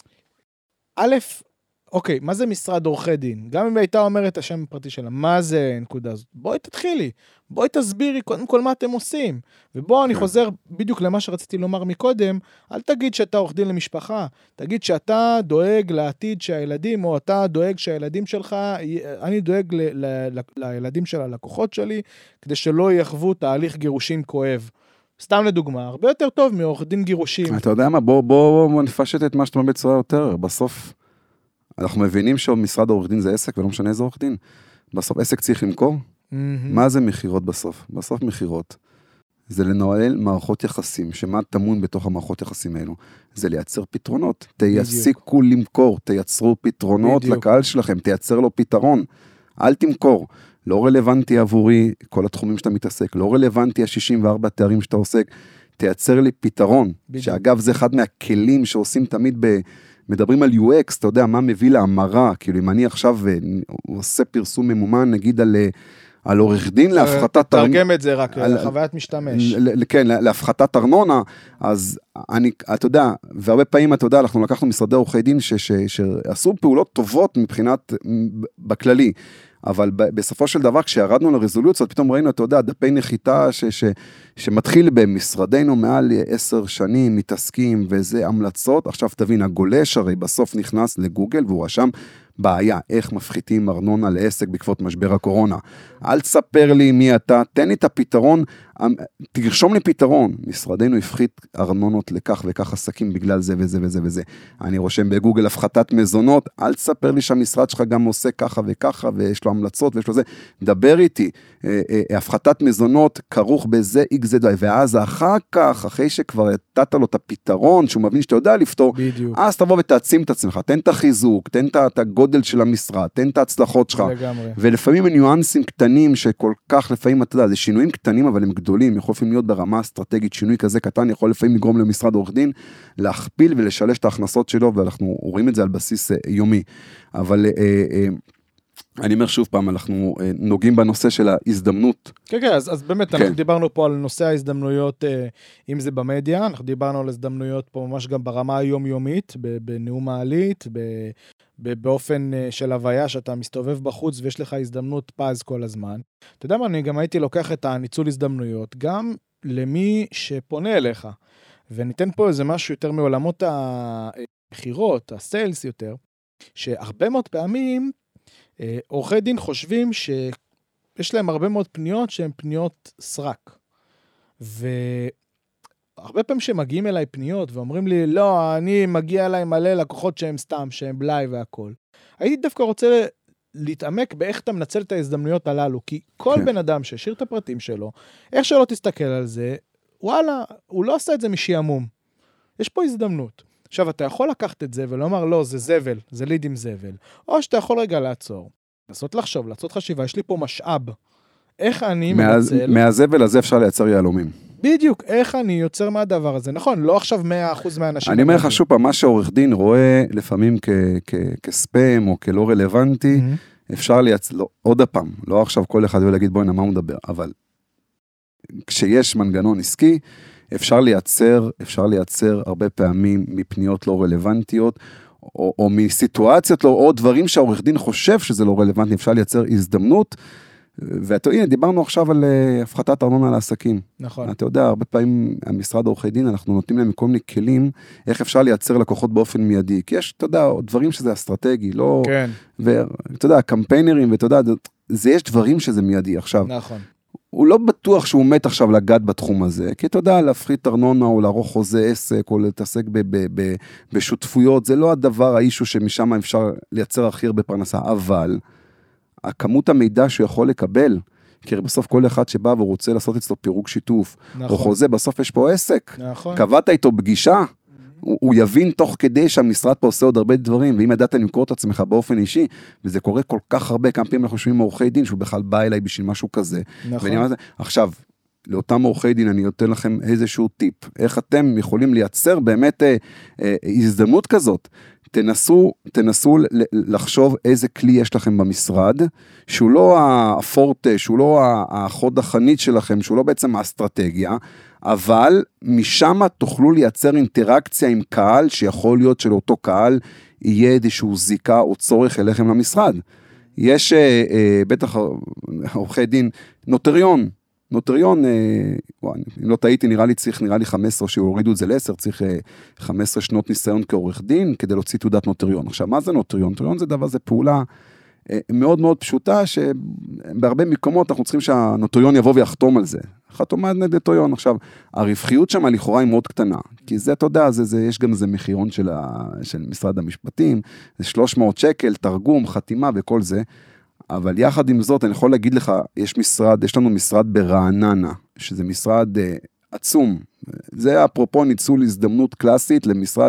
[SPEAKER 2] א', אוקיי, מה זה משרד עורכי דין? גם אם הייתה אומרת את השם הפרטי שלה, מה זה נקודה הזאת? בואי תתחילי, בואי תסבירי קודם כל מה אתם עושים. ובוא אני חוזר בדיוק למה שרציתי לומר מקודם, אל תגיד שאתה עורך דין למשפחה, תגיד שאתה דואג לעתיד שהילדים, או אתה דואג שהילדים שלך, אני דואג ל- ל- לילדים של הלקוחות שלי, כדי שלא יחוו תהליך גירושים כואב. סתם לדוגמה, הרבה יותר טוב מעורך דין גירושים.
[SPEAKER 1] אתה יודע מה, בוא, בוא, בוא נפשט את מה שאתה אומר בצורה יותר, בסוף... אנחנו מבינים שמשרד העורך דין זה עסק, ולא משנה איזה עורך דין. בסוף עסק צריך למכור. Mm-hmm. מה זה מחירות בסוף? בסוף מחירות. זה לנהל מערכות יחסים, שמה תמון בתוך המערכות יחסים האלו? זה לייצר פתרונות. תייסיקו למכור, תייצרו פתרונות בדיוק. לקהל שלכם, תייצר לו פתרון. אל תמכור. לא רלוונטי עבורי כל התחומים שאתה מתעסק, לא רלוונטי ה-שישים וארבע תארים שאתה עוסק, תייצר לי פתרון. בדיוק. שאגב זה אחד מהכלים שעושים תמיד ב... מדברים על יו אקס, אתה יודע, מה מביא להמרה, כאילו אם אני עכשיו עושה פרסום ממומן, נגיד על... על עורך דין להפחתת...
[SPEAKER 2] תרגם את זה רק, לחוויית משתמש.
[SPEAKER 1] כן, להפחתת ארנונה, אז אני, אתה יודע, והרבה פעמים, אתה יודע, אנחנו לקחנו משרדי עורכי דין שעשו פעולות טובות מבחינת, בכללי, אבל בסופו של דבר, כשירדנו לרזולוציות, פתאום ראינו, אתה יודע, דפי נחיתה ש, ש, שמתחיל במשרדינו מעל עשר שנים, מתעסקים, וזה המלצות. עכשיו תבין, הגולש הרי בסוף נכנס לגוגל, והוא רשם בעיה, איך מפחיתים ארנונה לעסק בעקבות משבר הקורונה. אל תספר לי מי אתה, תן לי את הפתרון, תרשום לי פתרון. משרדינו הפחית ארנונות לכך וכך עסקים בגלל זה וזה וזה וזה. אני רושם בגוגל הפחתת מזונות, אל תספר לי שהמשרד שלך גם עושה ככה וככה, ויש לו המלצות ויש לו זה. דבר איתי, הפחתת מזונות כרוך בזה איקס זד, ואז אחר כך, אחרי שכבר נתת לו את הפתרון, שהוא מבין שאתה יודע לפתור,
[SPEAKER 2] בדיוק.
[SPEAKER 1] אז תבוא ותעצים את עצמך, תן את החיזוק, תן את הגודל של המשרד, תן את ההצלחות שלך.
[SPEAKER 2] לגמרי.
[SPEAKER 1] ולפעמים ניואנסים קטנים שכל כך לפעמים, אתה יודע, זה שינויים קטנים, אבל הם גדולים, יכולים להיות ברמה אסטרטגית, שינוי כזה קטן, יכול לפעמים לגרום למשרד עורך דין, להכפיל ולשלש את ההכנסות שלו, ואנחנו רואים את זה על בסיס יומי. אבל אני אומר שוב פעם, אנחנו נוגעים בנושא של ההזדמנות.
[SPEAKER 2] כן, כן, אז, אז באמת, כן. אנחנו דיברנו פה על נושא ההזדמנויות, אם זה במדיה, אנחנו דיברנו על הזדמנויות פה ממש גם ברמה היומיומית, בנאום מעלית, באופן של הוויה שאתה מסתובב בחוץ ויש לך הזדמנות פז כל הזמן. אתה יודע מה, אני גם הייתי לוקח את הניצול הזדמנויות, גם למי שפונה אליך, וניתן פה איזה משהו יותר מעולמות הבחירות, הסיילס יותר, שהרבה מאוד פעמים, עורכי דין חושבים שיש להם הרבה מאוד פניות שהן פניות סרק. והרבה פעמים שמגיעים אליי פניות ואומרים לי, לא, אני מגיע אליי מלא לקוחות שהם סתם, שהם בלי והכל. הייתי דווקא רוצה להתעמק באיך אתה מנצל את ההזדמנויות הללו, כי כל בן אדם שהשאיר את הפרטים שלו, איך שלא תסתכל על זה, וואלה, הוא לא עושה את זה משעמום. יש פה הזדמנות. עכשיו, אתה יכול לקחת את זה ולומר, לא, זה זבל, זה ליד עם זבל. או שאתה יכול רגע לעצור, לעשות לחשוב, לעשות חשיבה, יש לי פה משאב. איך אני מנצל...
[SPEAKER 1] מהזבל הזה אפשר לייצר יהלומים.
[SPEAKER 2] בדיוק, איך אני יוצר מהדבר הזה. נכון, לא עכשיו מאה אחוז מהאנשים...
[SPEAKER 1] אני אומר לך שוב פעם, מה שעורך דין רואה לפעמים כספאם או כלא רלוונטי, אפשר לייצר, עוד הפעם, לא עכשיו כל אחד ולהגיד, בואי נמה הוא מדבר, אבל כשיש מנגנון עסקי, אפשר לייצר, אפשר לייצר הרבה פעמים מפניות לא רלוונטיות, או, או מסיטואציות לא, או דברים שהעורך דין חושב שזה לא רלוונטי, אפשר לייצר הזדמנות, ואתה, הנה, דיברנו עכשיו על uh, הפחתת ארנונה לעסקים.
[SPEAKER 2] נכון.
[SPEAKER 1] אתה יודע, הרבה פעמים המשרד עורכי דין, אנחנו נותנים להם כל מיני כלים, איך אפשר לייצר לקוחות באופן מיידי, כי יש, אתה יודע, דברים שזה אסטרטגי, לא...
[SPEAKER 2] כן.
[SPEAKER 1] ואתה יודע, קמפיינרים, ואתה יודע, זה יש דברים שזה מיידי. עכשיו,
[SPEAKER 2] נכון.
[SPEAKER 1] הוא לא בטוח שהוא מת עכשיו לגעת בתחום הזה, כי אתה יודע, להפחית ארנונה או לערוך חוזה עסק או להתעסק ב- ב- ב- בשותפויות, זה לא הדבר האישו שמשם אפשר לייצר הכי הרבה פרנסה, אבל הכמות המידע שהוא יכול לקבל, כי בסוף כל אחד שבא ורוצה לעשות אצלו פירוק שיתוף, נכון. או חוזה, בסוף יש פה עסק,
[SPEAKER 2] נכון.
[SPEAKER 1] קבעת איתו פגישה, הוא, הוא יבין תוך כדי שהמשרד פה עושה עוד הרבה דברים, ואם ידעת למכור את עצמך באופן אישי, וזה קורה כל כך הרבה, כמה פעמים אנחנו שומעים מעורכי דין, שהוא בכלל בא אליי בשביל משהו כזה.
[SPEAKER 2] נכון.
[SPEAKER 1] זה, עכשיו, לאותם מעורכי דין, אני נותן לכם איזשהו טיפ, איך אתם יכולים לייצר באמת אה, אה, הזדמנות כזאת, תנסו, תנסו לחשוב איזה כלי יש לכם במשרד, שהוא לא הפורטה, שהוא לא החוד החנית שלכם, שהוא לא בעצם האסטרטגיה, אבל משם תוכלו לייצר אינטראקציה עם קהל, שיכול להיות שלאותו קהל יהיה איזשהו זיקה או צורך אליכם למשרד. יש בטח עורכי דין, נוטריון, נוטריון, וואי, אם לא טעיתי, נראה לי צריך, נראה לי חמש עשרה, שהורידו את זה ל-עשר, צריך חמש עשרה שנות ניסיון כעורך דין, כדי להוציא תעודת נוטריון. עכשיו, מה זה נוטריון? נוטריון זה דבר, זה פעולה מאוד מאוד פשוטה, שבהרבה מקומות אנחנו צריכים שהנוטריון יבוא ויחתום על זה. חתומת נוטריון. עכשיו, הרווחיות שם לכאורה היא מאוד קטנה, כי זה, אתה יודע, זה, זה, יש גם איזה מחירון של, ה, של משרד המשפטים, זה שלוש מאות שקל, תרגום, חתימה וכל זה, אבל יחד עם זאת, אני יכול להגיד לך, יש משרד, יש לנו משרד ברעננה, שזה משרד אה, עצום. זה אפרופו ניצול הזדמנות קלאסית למשרד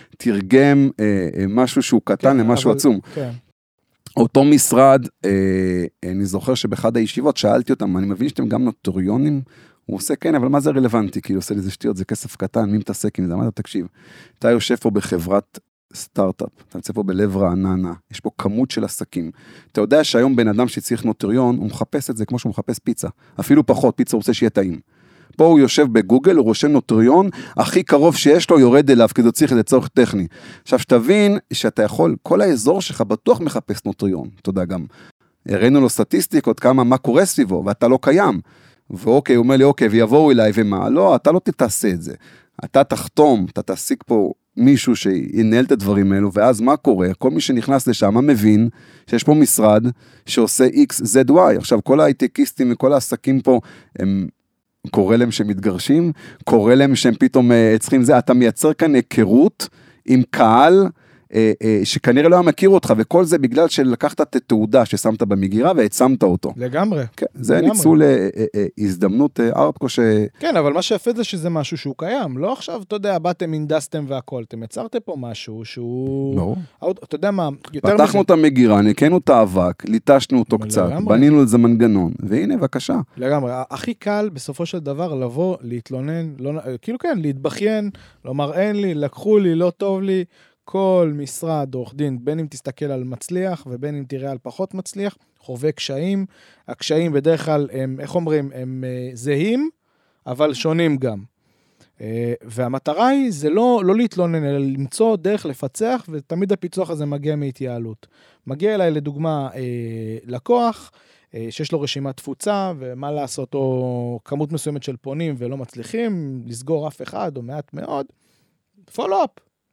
[SPEAKER 1] שתרגם אה, אה, משהו שהוא קטן כן, למשהו אבל, עצום. כן. אותו משרד, אה, אני זוכר שבאחד הישיבות שאלתי אותם, אני מבין שאתם גם נוטריונים, הוא עושה כן, אבל מה זה רלוונטי? כי הוא עושה לזה שטויות, זה כסף קטן, מי מתעסק עם זה? מה אתה תקשיב? אתה יושב פה בחברת סטארט-אפ, אתה נמצא פה בלב רעננה, יש פה כמות של עסקים. אתה יודע שהיום בן אדם שצריך נוטריון, הוא מחפש את זה כמו שהוא מחפש פיצה. אפילו פחות, פיצה הוא רוצה שיהיה טעים. פה הוא יושב בגוגל, הוא רושם נוטריון, הכי קרוב שיש לו יורד אליו, כי זה צריך לצורך טכני. עכשיו, שתבין שאתה יכול, כל האזור שלך בטוח מחפש נוטריון. אתה יודע גם, הראינו לו סטטיסטיקות, כמה, מה קורה סביבו, ואתה לא קיים. ואוקיי, הוא אומר לי, אוקיי, ויבואו אליי, ומה? לא, אתה לא תתעשה את זה. אתה תחתום, אתה תעסיק פה מישהו שינהל את הדברים האלו, ואז מה קורה? כל מי שנכנס לשם מבין שיש פה משרד שעושה X, Z, Y. עכשיו, כל ההייטקיסטים וכל העסקים פה, הם קורא להם שהם מתגרשים, קורא להם שהם פתאום צריכים זה, אתה מייצר כאן היכרות עם קהל, שכנראה לא מכיר אותך, וכל זה בגלל שלקחת את התעודה ששמת במגירה והצמת אותו.
[SPEAKER 2] לגמרי.
[SPEAKER 1] כן, זה ניצול הזדמנות ארטקו ש...
[SPEAKER 2] כן, אבל מה שיפה זה שזה משהו שהוא קיים. לא עכשיו, אתה יודע, באתם, אינדסתם והכל. אתם יצרתם פה משהו שהוא...
[SPEAKER 1] לא.
[SPEAKER 2] אתה יודע מה,
[SPEAKER 1] פתחנו את המגירה, נקנו את האבק, ליטשנו אותו קצת, בנינו לזה מנגנון, והנה, בבקשה.
[SPEAKER 2] לגמרי. הכי קל בסופו של דבר לבוא, להתלונן, כאילו כן, להתבכיין, לומר אין לי, לקחו לי, לא טוב לי. כל משרד עורך דין, בין אם תסתכל על מצליח, ובין אם תראה על פחות מצליח, חווה קשיים. הקשיים בדרך כלל הם, איך אומרים, הם זהים, אבל שונים גם. והמטרה היא, זה לא, לא להתלונן, אלא למצוא דרך לפצח, ותמיד הפיצוח הזה מגיע מהתייעלות. מגיע אליי לדוגמה לקוח, שיש לו רשימת תפוצה, ומה לעשות, או כמות מסוימת של פונים, ולא מצליחים לסגור אף אחד, או מעט מאוד, פולו-אפ.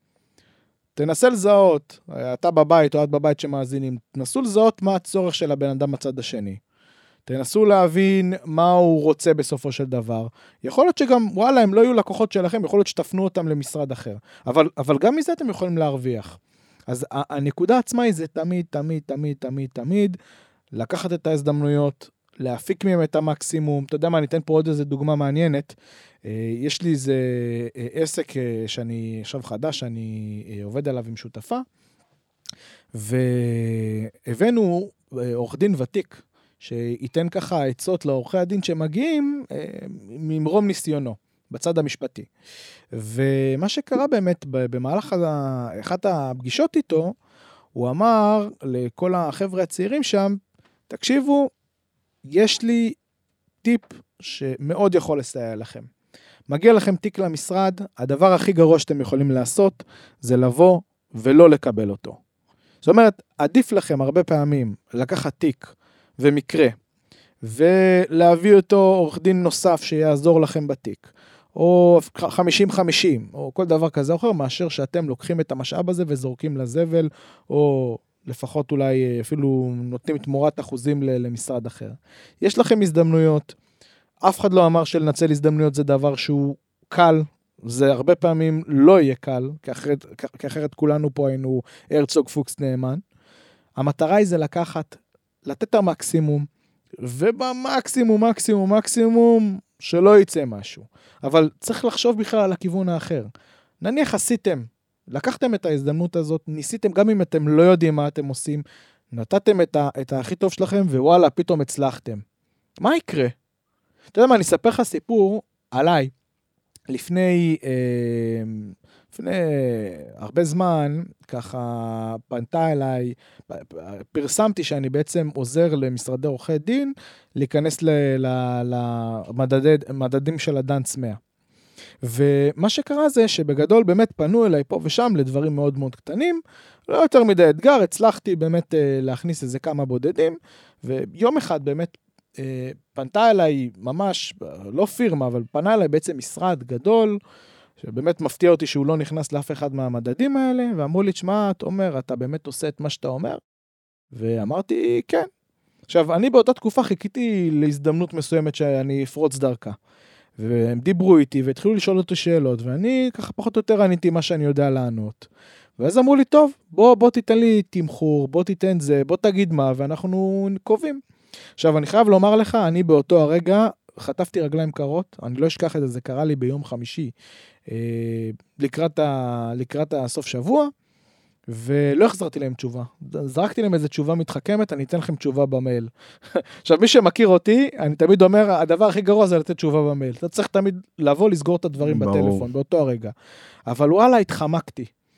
[SPEAKER 2] תנסה לזהות, אתה בבית או את בבית שמאזינים, תנסו לזהות מה הצורך של הבן אדם בצד השני. תנסו להבין מה הוא רוצה בסופו של דבר. יכול להיות שגם, וואלה, הם לא יהיו לקוחות שלכם, יכול להיות שתפנו אותם למשרד אחר. אבל, אבל גם מזה אתם יכולים להרוויח. אז הנקודה עצמה היא זה תמיד, תמיד, תמיד, תמיד, תמיד, לקחת את ההזדמנויות, להפיק מהם את המקסימום. אתה יודע מה, אני אתן פה עוד איזו דוגמה מעניינת. יש לי איזה עסק שאני עכשיו חדש, שאני עובד עליו עם שותפה, והבאנו עורך דין ותיק, שייתן ככה עצות לעורכי הדין שמגיעים ממרום ניסיונו, בצד המשפטי. ומה שקרה באמת במהלך אחת הפגישות איתו, הוא אמר לכל החבר'ה הצעירים שם, תקשיבו, יש לי טיפ שמאוד יכול לסייע לכם. מגיע לכם תיק למשרד, הדבר הכי גרוע שאתם יכולים לעשות, זה לבוא ולא לקבל אותו. זאת אומרת, עדיף לכם הרבה פעמים לקחת תיק ומקרה, ולהביא אותו עורך דין נוסף שיעזור לכם בתיק, או חמישים חמישים, או כל דבר כזה או אחר, מאשר שאתם לוקחים את המשאב הזה וזורקים לזבל, או לפחות אולי אפילו נותנים תמורת אחוזים למשרד אחר. יש לכם הזדמנויות, אף אחד לא אמר שלנצל הזדמנויות זה דבר שהוא קל, זה הרבה פעמים לא יהיה קל, כי אחרת, כי אחרת כולנו פה היינו הרצוג פוקס נאמן. המטרה היא זה לקחת, לתת את המקסימום, ובמקסימום, מקסימום, מקסימום, שלא יצא משהו. אבל צריך לחשוב בכלל על הכיוון האחר. נניח עשיתם, לקחתם את ההזדמנות הזאת, ניסיתם גם אם אתם לא יודעים מה אתם עושים, נתתם את, ה, את הכי טוב שלכם, ווואלה, פתאום הצלחתם. מה יקרה? אתה יודע מה, אני אספר לך סיפור עליי. לפני, אה, לפני הרבה זמן, ככה פנתה אליי, פרסמתי שאני בעצם עוזר למשרדי עורכי דין, להיכנס למדדים של הדנס מאה. ומה שקרה זה שבגדול באמת פנו אליי פה ושם לדברים מאוד מאוד קטנים, לא יותר מדי אתגר, הצלחתי באמת להכניס איזה כמה בודדים, ויום אחד באמת פנתה אליי ממש, לא פירמה, אבל פנה אליי בעצם משרד גדול, שבאמת מפתיע אותי שהוא לא נכנס לאף אחד מהמדדים האלה, ואמרו לי, תשמע, אתה אומר, אתה באמת עושה את מה שאתה אומר? ואמרתי, כן. עכשיו, אני באותה תקופה חיכיתי להזדמנות מסוימת שאני אפרוץ דרכה. והם דיברו איתי והתחילו לשאול אותי שאלות, ואני ככה פחות או יותר עניתי מה שאני יודע לענות. ואז אמרו לי, טוב, בוא, בוא תיתן לי תמחור, בוא תיתן זה, בוא תגיד מה, ואנחנו קובעים. עכשיו, אני חייב לומר לך, אני באותו הרגע חטפתי רגליים קרות, אני לא אשכח את זה, זה קרה לי ביום חמישי, אה, לקראת, ה, לקראת הסוף שבוע, ולא החזרתי להם תשובה. זרקתי להם איזו תשובה מתחכמת, אני אתן לכם תשובה במייל. עכשיו, מי שמכיר אותי, אני תמיד אומר, הדבר הכי גרוע זה לתת תשובה במייל. אתה צריך תמיד לבוא, לסגור את הדברים בטלפון, באותו הרגע. אבל וואלה, התחמקתי.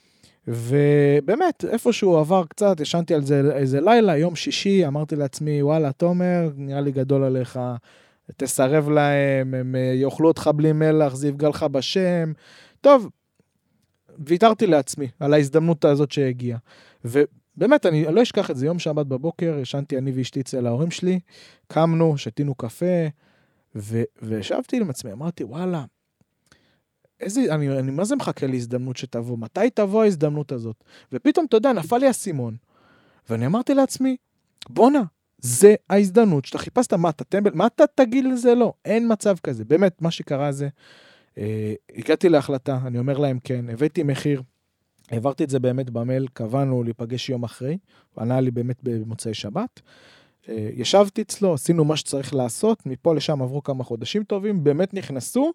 [SPEAKER 2] ובאמת, איפשהו עבר קצת, ישנתי על זה איזה לילה, יום שישי, אמרתי לעצמי, וואלה, תומר, נראה לי גדול עליך, תסרב להם, הם יאכלו אותך בלי מלח, זה יפגע לך בשם. טוב, ויתרתי לעצמי על ההזדמנות הזאת שהגיעה. ובאמת, אני לא אשכח את זה, יום שבת בבוקר, ישנתי אני ואשתי אצל ההורים שלי, קמנו, שתינו קפה, ו- וישבתי עם עצמי, אמרתי, וואלה, איזה, אני, אני מה זה מחכה להזדמנות שתבוא? מתי תבוא ההזדמנות הזאת? ופתאום, אתה יודע, נפל לי הסימון. ואני אמרתי לעצמי, בונה, זה ההזדמנות שאתה חיפשת, מה אתה טמבל? מה אתה תגיד לזה? לא, אין מצב כזה. באמת, מה שקרה זה, אה, הגעתי להחלטה, אני אומר להם כן, הבאתי מחיר, העברתי את זה באמת במייל, קבענו להיפגש יום אחרי, וענה לי באמת במוצאי שבת, ישבתי אצלו, עשינו מה שצריך לעשות, מפה לשם עברו כמה חודשים טובים, באמת נכנסו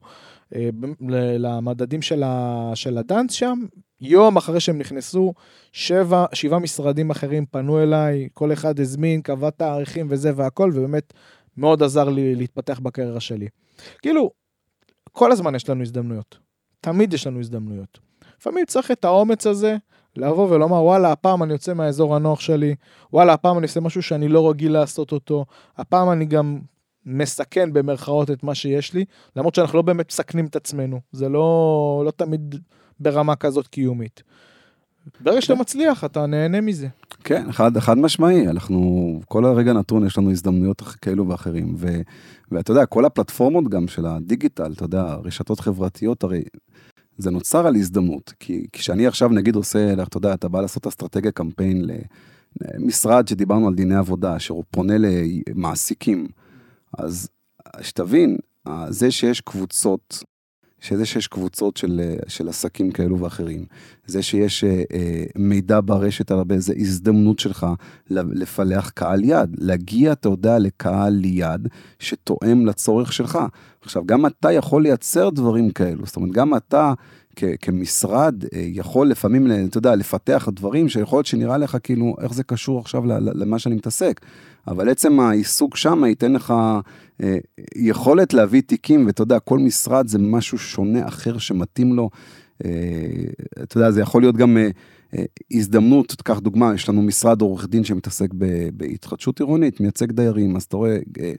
[SPEAKER 2] למדדים של, ה, של הדנס שם, יום אחרי שהם נכנסו, שבע, שבעה משרדים אחרים פנו אליי, כל אחד הזמין, קבע תאריכים וזה והכל, ובאמת מאוד עזר לי להתפתח בקריירה שלי. כאילו, כל הזמן יש לנו הזדמנויות, תמיד יש לנו הזדמנויות. לפעמים צריך את האומץ הזה, לבוא ולומר, וואלה, הפעם אני יוצא מהאזור הנוח שלי, וואלה, הפעם אני עושה משהו שאני לא רגיל לעשות אותו, הפעם אני גם מסכן במרכאות את מה שיש לי, למרות שאנחנו לא באמת מסכנים את עצמנו, זה לא, לא תמיד ברמה כזאת קיומית. ברגע שאתה מצליח, אתה נהנה מזה.
[SPEAKER 1] כן, חד, חד משמעי, אנחנו, כל הרגע נתון יש לנו הזדמנויות כאלו ואחרים, ו, ואתה יודע, כל הפלטפורמות גם של הדיגיטל, אתה יודע, רשתות חברתיות, הרי זה נוצר על הזדמנות, כי כשאני עכשיו נגיד עושה, אתה יודע, אתה בא לעשות אסטרטגיה קמפיין למשרד שדיברנו על דיני עבודה, שהוא פונה למעסיקים, אז שתבין, זה שיש קבוצות, שזה שיש קבוצות של, של עסקים כאלו ואחרים, זה שיש אה, מידע ברשת על הרבה, זה הזדמנות שלך לפלח קהל יד, להגיע, אתה יודע, לקהל יד שתואם לצורך שלך. עכשיו, גם אתה יכול לייצר דברים כאלו, זאת אומרת, גם אתה כ, כמשרד אה, יכול לפעמים, אתה יודע, לפתח דברים שיכול להיות שנראה לך כאילו, איך זה קשור עכשיו למה שאני מתעסק. אבל עצם העיסוק שם ייתן לך אה, יכולת להביא תיקים, ואתה יודע, כל משרד זה משהו שונה אחר שמתאים לו. אה, אתה יודע, זה יכול להיות גם אה, אה, הזדמנות, תקח דוגמה, יש לנו משרד עורך דין שמתעסק ב, בהתחדשות עירונית, מייצג דיירים, אז אתה רואה, אה,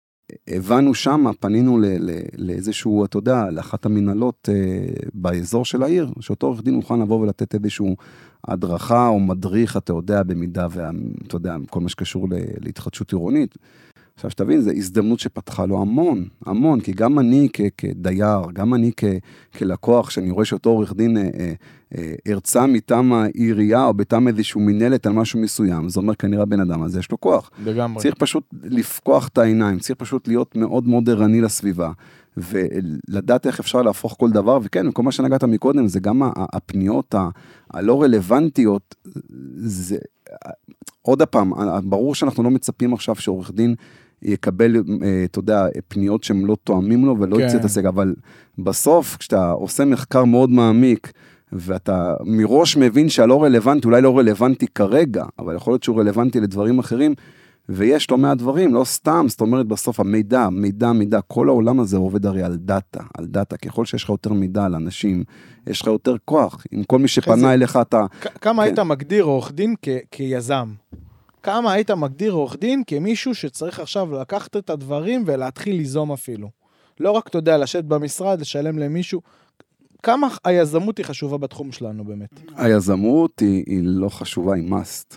[SPEAKER 1] הבנו שם, פנינו ל, ל, לאיזשהו, אתה יודע, לאחת המנהלות אה, באזור של העיר, שאותו עורך דין מוכן לבוא ולתת איזשהו הדרכה או מדריך, אתה יודע, במידה, ואתה יודע, כל מה שקשור להתחדשות עירונית. עכשיו, שתבין, זו הזדמנות שפתחה לו המון, המון, כי גם אני כ- כדייר, גם אני כ- כלקוח, שאני רואה שאותו עורך דין אה, אה, אה, הרצה מטעם העירייה, או בטעם איזשהו מנהלת על משהו מסוים, זה אומר כנראה בן אדם הזה, יש לו כוח.
[SPEAKER 2] לגמרי.
[SPEAKER 1] צריך פשוט לפקוח את העיניים, צריך פשוט להיות מאוד מאוד ערני לסביבה, ולדעת איך אפשר להפוך כל דבר, וכן, כל מה שנגעת מקודם, זה גם הפניות הלא רלוונטיות, זה, עוד הפעם, ברור שאנחנו לא מצפים עכשיו שעורך דין יקבל, אתה יודע, פניות שהם לא תואמים לו, ולא יצא את הסג, אבל בסוף, כשאתה עושה מחקר מאוד מעמיק, ואתה מראש מבין שהלא רלוונטי, אולי לא רלוונטי כרגע, אבל יכול להיות שהוא רלוונטי לדברים אחרים, ויש לו מהדברים, לא סתם, זאת אומרת בסוף המידע, מידע, מידע, כל העולם הזה עובד הרי על דאטה, על דאטה, ככל שיש לך יותר מידע על אנשים, יש לך יותר כוח, עם כל מי שפנה אליך אתה...
[SPEAKER 2] כמה היית מגדיר עורך דין כיזם? כמה היית מגדיר עורך דין כמישהו שצריך עכשיו לקחת את הדברים ולהתחיל ליזום אפילו? לא רק, אתה יודע, לשבת במשרד, לשלם למישהו, כמה היזמות היא חשובה בתחום שלנו באמת?
[SPEAKER 1] היזמות היא, היא לא חשובה, היא must.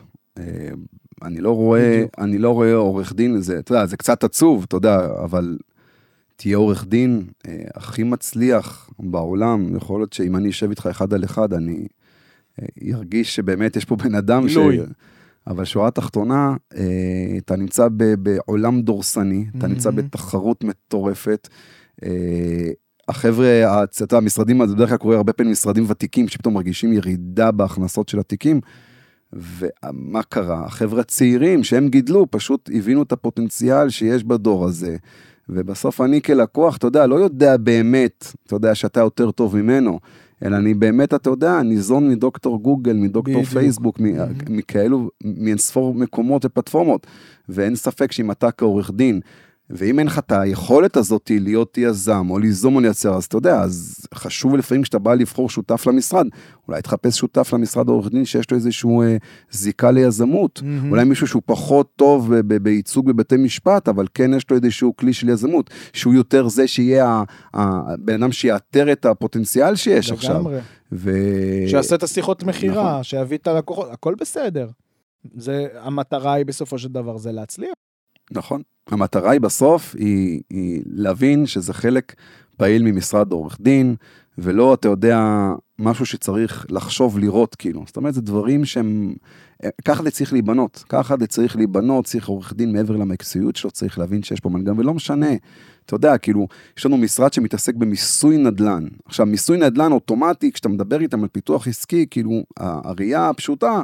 [SPEAKER 1] אני לא רואה, אני לא רואה עורך דין, זה, אתה יודע, זה קצת עצוב, אתה יודע, אבל תהיה עורך דין אה, הכי מצליח בעולם, יכול להיות שאם אני אשב איתך אחד על אחד, אני אה, ירגיש שבאמת יש פה בן אדם ש... אבל שורה תחתונה, אה, אתה נמצא ב, בעולם דורסני, אתה נמצא בתחרות מטורפת, אה, החבר'ה, אתה, המשרדים, זה בדרך כלל קורה הרבה פעמים משרדים ותיקים, שפתאום מרגישים ירידה בהכנסות של התיקים, ומה קרה? החבר'ה צעירים שהם גידלו, פשוט הבינו את הפוטנציאל שיש בדור הזה, ובסוף אני כלקוח, אתה יודע, לא יודע באמת, אתה יודע שאתה יותר טוב ממנו, אלא אני באמת, אתה יודע, ניזון מדוקטור גוגל, מדוקטור בדיוק. פייסבוק, mm-hmm. מכאלו, מאינספור מקומות ופלטפורמות, ואין ספק שאם אתה כעורך דין, ואם אין לך את היכולת הזאת להיות יזם, או ליזום או לייצר, אז אתה יודע, אז חשוב לפעמים כשאתה בא לבחור שותף למשרד, אולי תחפש שותף למשרד עורך דין, שיש לו איזשהו אה, זיקה ליזמות, mm-hmm. אולי מישהו שהוא פחות טוב ב- ב- בייצוג בבתי משפט, אבל כן יש לו איזשהו כלי של יזמות, שהוא יותר זה שיהיה הבן אדם שיאתר את הפוטנציאל שיש עכשיו.
[SPEAKER 2] ו... שעשה את השיחות מחירה, נכון. שיביא את הלקוחות, הכל בסדר. זה, המטרה היא בסופו של דבר, זה להצליח.
[SPEAKER 1] נכון. המטרה היא בסוף, היא, היא להבין שזה חלק פעיל ממשרד עורך דין, ולא, אתה יודע, משהו שצריך לחשוב, לראות, כאילו. זאת אומרת, זה דברים שהם, ככה זה צריך להיבנות, ככה זה צריך להיבנות, צריך עורך דין מעבר למקצועיות שלו, צריך להבין שיש פה מנגנון, ולא משנה. אתה יודע, כאילו, יש לנו משרד שמתעסק במיסוי נדל"ן. עכשיו, מיסוי נדל"ן אוטומטי, כשאתה מדבר איתם על פיתוח עסקי, כאילו, הראייה הפשוטה,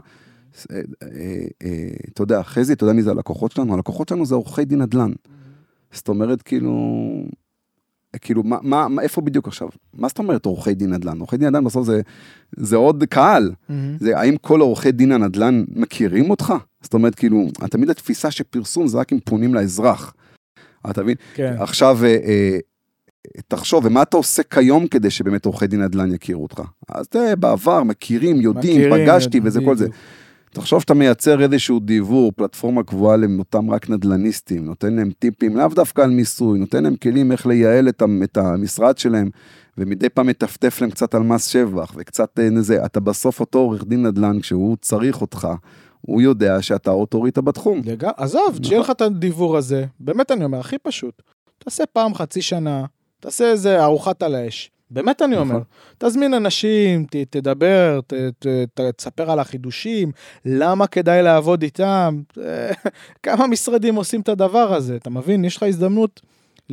[SPEAKER 1] אתה יודע, חזי, אתה יודע מי זה הלקוחות שלנו? הלקוחות שלנו זה עורכי דין נדל"ן. זאת אומרת, כאילו, כאילו, מה, מה, איפה בדיוק עכשיו? מה זאת אומרת עורכי דין נדל"ן? עורכי דין נדל"ן בסוף זה, זה עוד קהל. זה, האם כל עורכי דין הנדל"ן מכירים אותך? זאת אומרת, כאילו, תמיד התפיסה שפרסום זה רק אם פונים לאזרח. אתה מבין?
[SPEAKER 2] כן.
[SPEAKER 1] עכשיו, תחשוב, ומה אתה עושה כיום כדי שבאמת עורכי דין נדל"ן יכירו אותך? אז זה בעבר, מכירים, יודעים, מכירים, פגשתי יודעים, וזה כל זה. תחשוב שאתה מייצר איזשהו דיבור, פלטפורמה קבועה לאותם רק נדלניסטים, נותן להם טיפים, לאו דווקא על מיסוי, נותן להם כלים איך לייעל את המשרד שלהם, ומדי פעם מטפטף להם קצת על מס שבח, וקצת נזה, אתה בסוף אותו עורך דין נדל"ן, כשהוא צריך אותך, הוא יודע שאתה אוטוריטה בתחום.
[SPEAKER 2] לגע, עזוב, שיהיה לך את הדיבור הזה, באמת אני אומר, הכי פשוט, תעשה פעם חצי שנה, תעשה איזה ארוחת על האש, באמת אני אומר, תזמין אנשים, ת, תדבר, ת, ת, ת, תספר על החידושים, למה כדאי לעבוד איתם, כמה משרדים עושים את הדבר הזה, אתה מבין? יש לך הזדמנות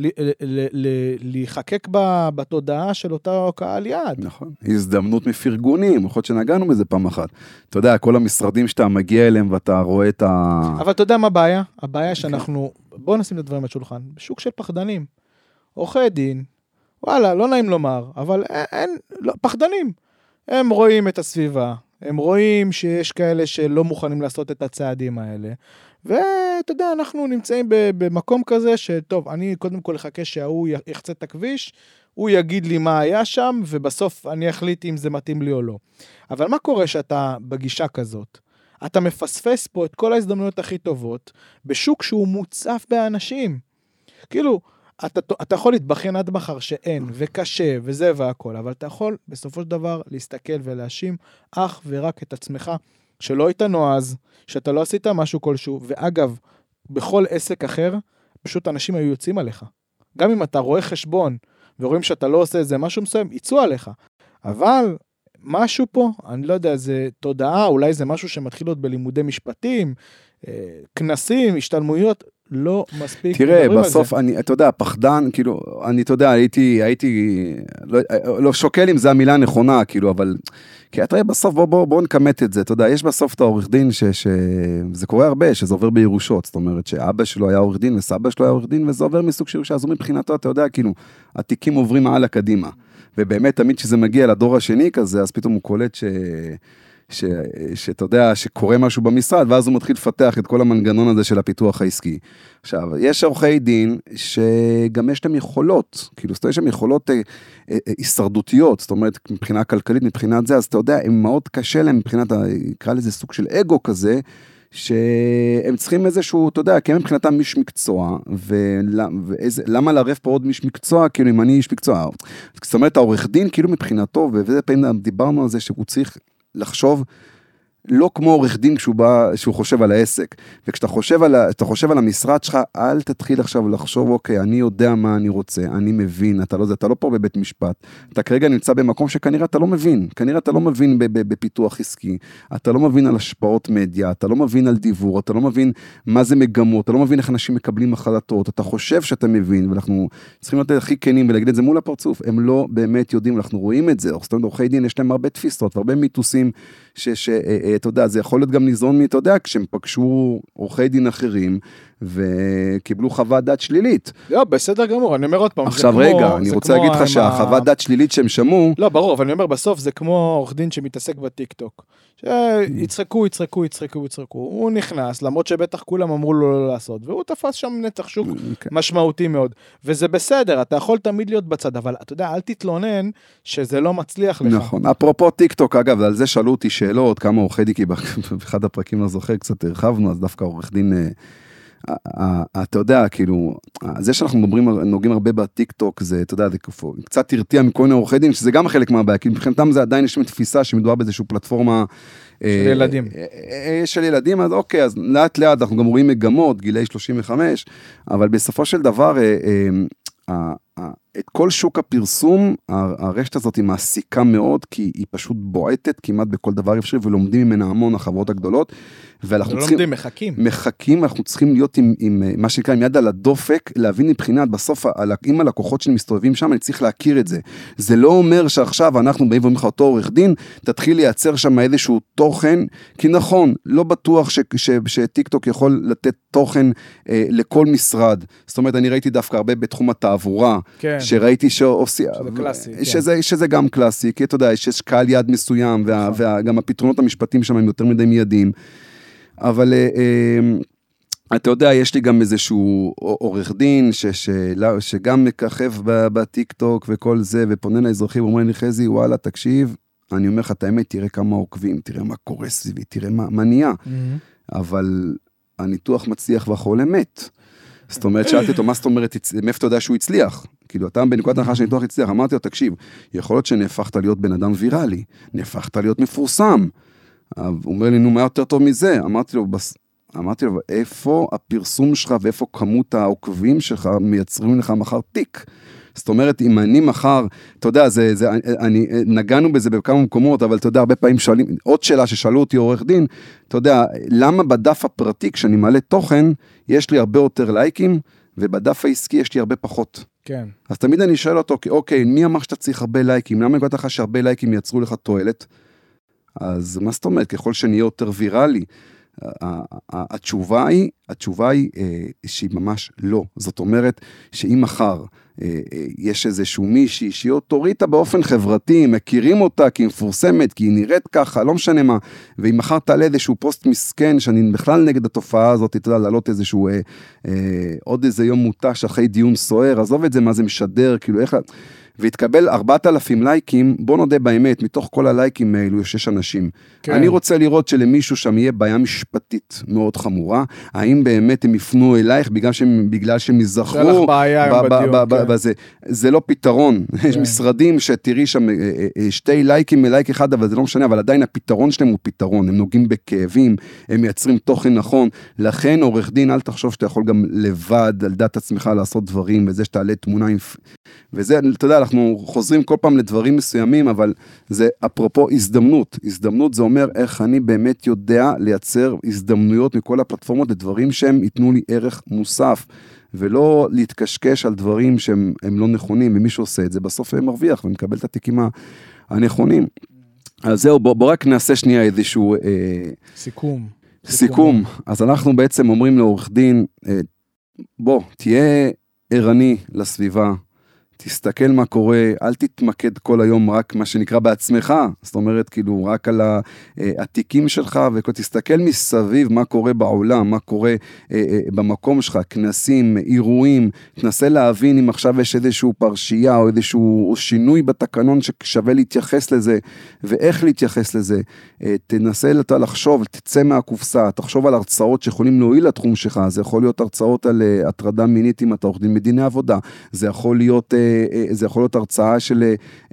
[SPEAKER 2] להיחקק בתודעה של אותו קהל יעד.
[SPEAKER 1] נכון, הזדמנות מפרגונים, יכול להיות שנגענו בזה פעם אחת. אתה יודע, כל המשרדים שאתה מגיע אליהם ואתה רואה את ה...
[SPEAKER 2] אבל אתה יודע מה הבעיה? הבעיה שאנחנו, בואו נשים את הדברים על שולחן, בשוק של פחדנים, עורכי דין, וואלה, לא נעים לומר, אבל אין, לא, פחדנים. הם רואים את הסביבה, הם רואים שיש כאלה שלא מוכנים לעשות את הצעדים האלה, ואתה יודע, אנחנו נמצאים במקום כזה שטוב, אני קודם כל אחכה שההוא יחצה את הכביש, הוא יגיד לי מה היה שם, ובסוף אני אחליט אם זה מתאים לי או לא. אבל מה קורה שאתה בגישה כזאת? אתה מפספס פה את כל ההזדמנויות הכי טובות, בשוק שהוא מוצף באנשים. כאילו, אתה, אתה יכול להתבחן עד מחר שאין, וקשה, וזה והכל, אבל אתה יכול בסופו של דבר להסתכל ולהאשים אך ורק את עצמך, שלא היית נועז, שאתה לא עשית משהו כלשהו, ואגב, בכל עסק אחר, פשוט אנשים היו יוצאים עליך. גם אם אתה רואה חשבון, ורואים שאתה לא עושה איזה משהו מסוים, יצאו עליך. אבל משהו פה, אני לא יודע, זה תודעה, אולי זה משהו שמתחיל להיות בלימודי משפטים, כנסים, השתלמויות, לא מספיק.
[SPEAKER 1] תראה, בסוף, אני, אתה יודע, פחדן, כאילו, אני, אתה יודע, הייתי, הייתי, לא, לא שוקל אם זה המילה הנכונה, כאילו, אבל, כי אתה רואה, בסוף, בוא, בוא, בוא נקמת את זה, אתה יודע, יש בסוף את העורך דין, ש, ש, זה קורה הרבה, שזה עובר בירושות, זאת אומרת, שאבא שלו היה עורך דין, וסבא שלו היה עורך דין, וזה עובר מסוג שירושה, אז הוא מבחינתו, אתה יודע, כאילו, התיקים עוברים מעלה קדימה, ובאמת, תמיד שזה מגיע לדור השני כזה, אז פתאום הוא קולט ש... ש, שאתה יודע, שקורה משהו במשרד, ואז הוא מתחיל לפתח את כל המנגנון הזה של הפיתוח העסקי. עכשיו, יש עורכי דין שגם יש להם יכולות, כאילו, זאת אומרת, יש להם יכולות אה, אה, הישרדותיות, זאת אומרת, מבחינה כלכלית, מבחינת זה, אז אתה יודע, הם מאוד קשה להם, מבחינת, נקרא לזה סוג של אגו כזה, שהם צריכים איזשהו, אתה יודע, כי הם מבחינתם איש מקצוע, ולמה לערב פה עוד איש מקצוע, כאילו, אם אני איש מקצוע, זאת אומרת, העורך דין, כאילו, מבחינתו, וזה פעמים דיברנו על זה, שהוא צריך לחשוב לא כמו עורך דין כשהוא בא, שהוא חושב על העסק. וכשאתה חושב על, אתה חושב על המשרד שלך, אל תתחיל עכשיו לחשוב, אוקיי, אני יודע מה אני רוצה, אני מבין, אתה לא, אתה לא פה בבית משפט, אתה כרגע נמצא במקום שכנראה אתה לא מבין, כנראה אתה לא מבין בפיתוח עסקי, אתה לא מבין על השפעות מדיה, אתה לא מבין על דיבור, אתה לא מבין מה זה מגמות, אתה לא מבין איך אנשים מקבלים החלטות, אתה חושב שאתה מבין, ואנחנו צריכים להיות הכי כנים ולהגיד את זה מול הפרצוף, הם לא באמת יודעים, אנחנו רואים את זה, זאת אומרת, עורכי דין יש להם הרבה תפיסות, והרבה מיתוסים ש, ש, אתה יודע, זה יכול להיות גם ניזון מי, אתה יודע, כשהם פגשו עורכי דין אחרים, וקיבלו חוות דעת שלילית.
[SPEAKER 2] לא, בסדר גמור, אני אומר עוד פעם.
[SPEAKER 1] עכשיו רגע, אני רוצה להגיד לך שהחוות דעת שלילית שהם שמעו...
[SPEAKER 2] לא, ברור, אבל אני אומר בסוף, זה כמו עורך דין שמתעסק בטיקטוק. שיצחקו, יצחקו, יצחקו, יצחקו. הוא נכנס, למרות שבטח כולם אמרו לו לא לעשות, והוא תפס שם נתח שוק משמעותי מאוד. וזה בסדר, אתה יכול תמיד להיות בצד, אבל אתה יודע, אל תתלונן שזה לא מצליח לך.
[SPEAKER 1] נכון. אפרופו טיקטוק, אגב, על זה שאלו אותי שאלות, כמה עורכי דין, כי באחד הפרקים לא זוכר, קצת הרחבנו, אז דווקא עורך דין... אתה יודע, כאילו, זה שאנחנו מדברים, נוגעים הרבה בטיקטוק, זה, אתה יודע, זה קצת הרתיע מכל מיני עורכי דין, שזה גם חלק מהבעיה, כי מבחינתם זה עדיין יש תפיסה שמדובר באיזושהי פלטפורמה...
[SPEAKER 2] של ילדים.
[SPEAKER 1] של ילדים, אז אוקיי, אז לאט לאט אנחנו גם רואים מגמות, גילי שלושים וחמש, אבל בסופו של דבר, את כל שוק הפרסום, הרשת הזאת היא מעסיקה מאוד, כי היא פשוט בועטת כמעט בכל דבר אפשרי, ולומדים ממנה המון החברות הגדולות, ואנחנו צריכים...
[SPEAKER 2] לומדים, מחכים.
[SPEAKER 1] מחכים, אנחנו צריכים להיות עם, עם מה שנקרא, עם יד על הדופק, להבין מבחינת, בסוף, אם הלקוחות שלי מסתובבים שם, אני צריך להכיר את זה. זה לא אומר שעכשיו אנחנו באים ואומרים לך אותו עורך דין, תתחיל לייצר שם איזשהו תוכן, כי נכון, לא בטוח ש, ש, שטיקטוק יכול לתת תוכן אה, לכל משרד. זאת אומרת, אני ראיתי דווקא הרבה בתחום התעבורה,
[SPEAKER 2] כן.
[SPEAKER 1] שראיתי שעושה,
[SPEAKER 2] שזה קלאסי,
[SPEAKER 1] שזה,
[SPEAKER 2] כן.
[SPEAKER 1] שזה גם קלאסי, כי אתה יודע, יש קהל יד מסוים, וה, וגם הפתרונות המשפטיים שם הם יותר מדי מיידיים, אבל אתה יודע, יש לי גם איזשהו עורך דין, ש, ש, שגם מככב בטיק טוק וכל זה, ופונה לאזרחים, ואומר לי, חזי, וואלה, תקשיב, אני אומר לך את האמת, תראה כמה עוקבים, תראה מה קורה סביבי, תראה מה, מה נהיה, אבל הניתוח מצליח והחולה מת. זאת אומרת, שאלתי אותו, מה זאת אומרת, מאיפה אתה יודע שהוא הצליח? כאילו, אתה בנקודת הנחה שניתוח הצליח, אמרתי לו, תקשיב, יכול להיות שנהפכת להיות בן אדם ויראלי, נהפכת להיות מפורסם. הוא אומר לי, נו, מה יותר טוב מזה? אמרתי לו, בס... אמרתי לו, איפה הפרסום שלך ואיפה כמות העוקבים שלך מייצרים לך מחר תיק? זאת אומרת, אם אני מחר, אתה יודע, זה, זה, אני, נגענו בזה בכמה מקומות, אבל אתה יודע, הרבה פעמים שואלים, עוד שאלה ששאלו אותי עורך דין, אתה יודע, למה בדף הפרטי, כשאני מעלה תוכן, יש לי הרבה יותר לייקים, ובדף העסקי יש לי הרבה פחות.
[SPEAKER 2] כן.
[SPEAKER 1] אז תמיד אני שואל אותו, אוקיי, מי אמר שאתה צריך הרבה לייקים? למה נקודת לך שהרבה לייקים יצרו לך תועלת? אז מה זאת אומרת? ככל שנהיה יותר ויראלי, התשובה היא, התשובה היא שהיא ממש לא. זאת אומרת שאם מחר יש איזשהו מישהי שהיא אוטוריטה באופן חברתי, מכירים אותה כי היא מפורסמת, כי היא נראית ככה, לא משנה מה, ואם מחר תעלה איזשהו פוסט מסכן, שאני בכלל נגד התופעה הזאת, אתה יודע, לעלות איזשהו, אה, אה, עוד איזה יום מותש אחרי דיון סוער, עזוב את זה, מה זה משדר, כאילו איך... והתקבל ארבעת אלפים לייקים, בוא נודה באמת, מתוך כל הלייקים האלו יש שש אנשים. כן. אני רוצה לראות שלמישהו שם יהיה בעיה משפטית מאוד חמורה, האם באמת הם יפנו אלייך בגלל שהם, בגלל שהם יזכרו בזה. זה לא פתרון. כן. יש משרדים שתראי שם שתי לייקים מלייק אחד, אבל זה לא משנה, אבל עדיין הפתרון שלהם הוא פתרון, הם נוגעים בכאבים, הם מייצרים תוכן נכון, לכן עורך דין, אל תחשוב שאתה יכול גם לבד, על דעת עצמך לעשות דברים, וזה שתעלה תמונה עם... וזה, אתה יודע, אנחנו חוזרים כל פעם לדברים מסוימים, אבל זה אפרופו הזדמנות. הזדמנות זה אומר איך אני באמת יודע לייצר הזדמנויות מכל הפלטפורמות לדברים שהם ייתנו לי ערך מוסף, ולא להתקשקש על דברים שהם לא נכונים, ומי שעושה את זה בסוף הם מרוויח ומקבל את התיקים הנכונים. אז זהו, בוא, בוא רק נעשה שנייה איזשהו... אה,
[SPEAKER 2] סיכום.
[SPEAKER 1] סיכום. אז אנחנו בעצם אומרים לעורך דין, אה, בוא, תהיה ערני לסביבה, תסתכל מה קורה, אל תתמקד כל היום רק מה שנקרא בעצמך, זאת אומרת כאילו רק על העתיקים שלך, ותסתכל מסביב מה קורה בעולם, מה קורה במקום שלך, כנסים, אירועים, תנסה להבין אם עכשיו יש איזשהו פרשייה או איזשהו שינוי בתקנון ששווה להתייחס לזה, ואיך להתייחס לזה, תנסה לחשוב, תצא מהקופסה, תחשוב על הרצאות שיכולים להועיל לתחום שלך, זה יכול להיות הרצאות על הטרדה מינית אם אתה עורך דין מדיני עבודה, זה יכול להיות זה יכול להיות הרצאה של...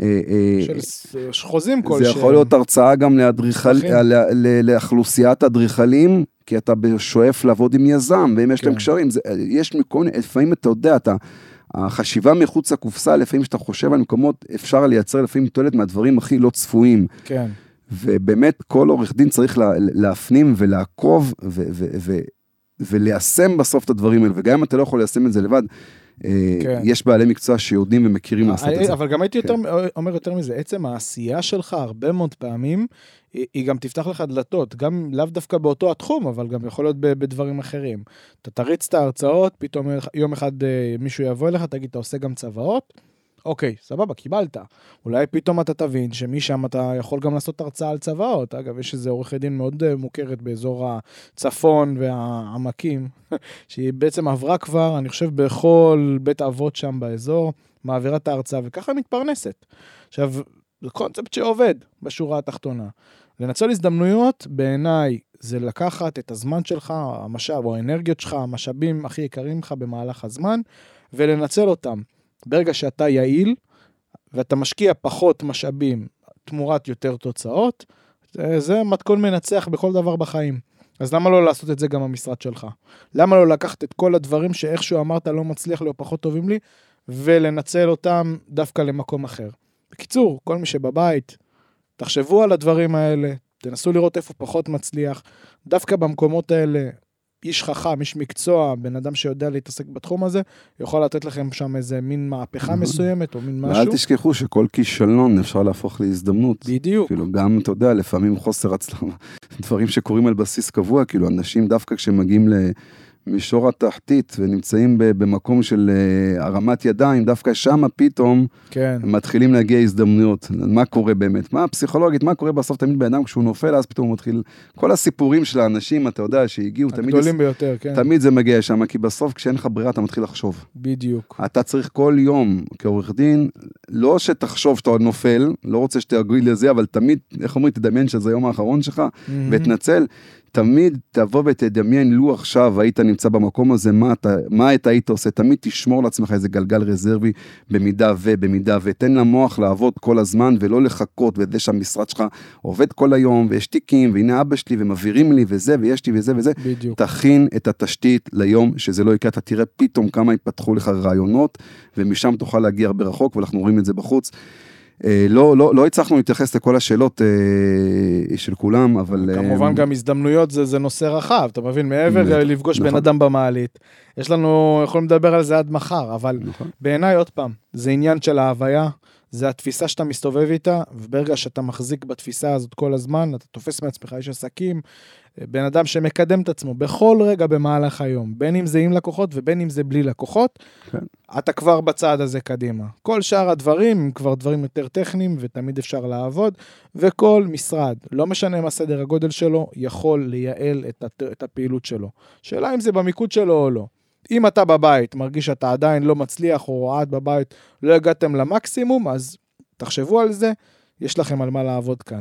[SPEAKER 2] של חוזים כלשהם.
[SPEAKER 1] זה יכול להיות הרצאה גם לאוכלוסיית אדריכלים, כי אתה שואף לעבוד עם יזם, ואם יש להם קשרים, יש מקום, לפעמים אתה יודע, אתה... החשיבה מחוץ לקופסה, לפעמים שאתה חושב על מקומות, אפשר לייצר לפעמים תועלת מהדברים הכי לא צפויים.
[SPEAKER 2] כן.
[SPEAKER 1] ובאמת כל עורך דין צריך להפנים ולעקוב וליישם בסוף את הדברים האלה, וגם אם אתה לא יכול ליישם את זה לבד, כן. יש בעלי מקצוע שיודעים ומכירים לעשות את זה.
[SPEAKER 2] אבל גם הייתי יותר, אומר יותר מזה, עצם העשייה שלך הרבה מאוד פעמים, היא גם תפתח לך דלתות, גם לאו דווקא באותו התחום, אבל גם יכול להיות בדברים אחרים. אתה תריץ את ההרצאות, פתאום יום אחד מישהו יבוא אליך, תגיד, אתה עושה גם צבאות? אוקיי, סבבה, קיבלת. אולי פתאום אתה תבין שמשם אתה יכול גם לעשות הרצאה על צבאות. אגב, יש איזו עורכת דין מאוד מוכרת באזור הצפון והעמקים, שהיא בעצם עברה כבר, אני חושב, בכל בית אבות שם באזור, מעבירה את ההרצאה, וככה מתפרנסת. עכשיו, זה קונספט שעובד בשורה התחתונה. לנצל הזדמנויות, בעיניי, זה לקחת את הזמן שלך, המשאב או האנרגיות שלך, המשאבים הכי יקרים לך במהלך הזמן, ולנצל אותם. ברגע שאתה יעיל, ואתה משקיע פחות משאבים תמורת יותר תוצאות, זה מתכון מנצח בכל דבר בחיים. אז למה לא לעשות את זה גם במשרד שלך? למה לא לקחת את כל הדברים שאיכשהו אמרת לא מצליח לי או פחות טובים לי, ולנצל אותם דווקא למקום אחר? בקיצור, כל מי שבבית, תחשבו על הדברים האלה, תנסו לראות איפה פחות מצליח, דווקא במקומות האלה, איש חכם, איש מקצוע, בן אדם שיודע להתעסק בתחום הזה, יכול לתת לכם שם איזה מין מהפכה מסוימת, או מין משהו.
[SPEAKER 1] ואל תשכחו שכל כישלון אפשר להפוך להזדמנות.
[SPEAKER 2] בדיוק.
[SPEAKER 1] כאילו, גם, אתה יודע, לפעמים חוסר הצלחה, דברים שקורים על בסיס קבוע, כאילו, אנשים דווקא כשמגיעים למישור התחתית, ונמצאים במקום של הרמת ידיים, דווקא שם פתאום,
[SPEAKER 2] כן.
[SPEAKER 1] מתחילים להגיע הזדמנויות. מה קורה באמת? מה הפסיכולוגית? מה קורה בסוף תמיד באדם כשהוא נופל, אז פתאום הוא מתחיל, כל הסיפורים של האנשים, אתה יודע, שהגיעו, תמיד,
[SPEAKER 2] הגדולים ביותר, כן.
[SPEAKER 1] תמיד זה מגיע שם, כי בסוף כשאין לך ברירה, אתה מתחיל לחשוב.
[SPEAKER 2] בדיוק.
[SPEAKER 1] אתה צריך כל יום, כעורך דין, לא שתחשוב שאתה נופל, לא רוצה שתגיע לזה, אבל תמיד, איך אומרים, תדמיין שזה היום האחרון שלך, ותנצל, תמיד תבוא ותדמיין, לו עכשיו היית נמצא במקום הזה, מה אתה, מה אתה היית עושה, תמיד תשמור לעצמך איזה גלגל רזרבי, במידה ו, במידה ו, תן למוח לעבוד כל הזמן, ולא לחכות, וזה שהמשרד שלך עובד כל היום, ויש תיקים, והנה אבא שלי, ומעבירים לי, וזה, ויש לי, וזה, וזה,
[SPEAKER 2] בדיוק.
[SPEAKER 1] תכין את התשתית ליום, שזה לא יקרה, אתה תראה פתאום כמה יפתחו לך רעיונות, ומשם תוכל להגיע הרבה רחוק, ואנחנו רואים את זה בחוץ. לא, לא, לא הצלחנו להתייחס לכל השאלות של כולם, אבל...
[SPEAKER 2] כמובן גם הזדמנויות זה, זה נושא רחב, אתה מבין, מעבר לפגוש בן אדם במעלית, יש לנו, יכולים לדבר על זה עד מחר, אבל בעיניי עוד פעם, זה עניין של ההוויה, זה התפיסה שאתה מסתובב איתה, וברגע שאתה מחזיק בתפיסה הזאת כל הזמן, אתה תופס מעצמך איש עסקים, בן אדם שמקדם את עצמו בכל רגע במהלך היום, בין אם זה עם לקוחות ובין אם זה בלי לקוחות, כן. אתה כבר בצעד הזה קדימה. כל שאר הדברים הם כבר דברים יותר טכניים ותמיד אפשר לעבוד, וכל משרד, לא משנה מה סדר הגודל שלו, יכול לייעל את, הת... את הפעילות שלו. שאלה אם זה במיקוד שלו או לא. אם אתה בבית מרגיש שאתה עדיין לא מצליח או עד בבית לא הגעתם למקסימום, אז תחשבו על זה, יש לכם על מה לעבוד כאן.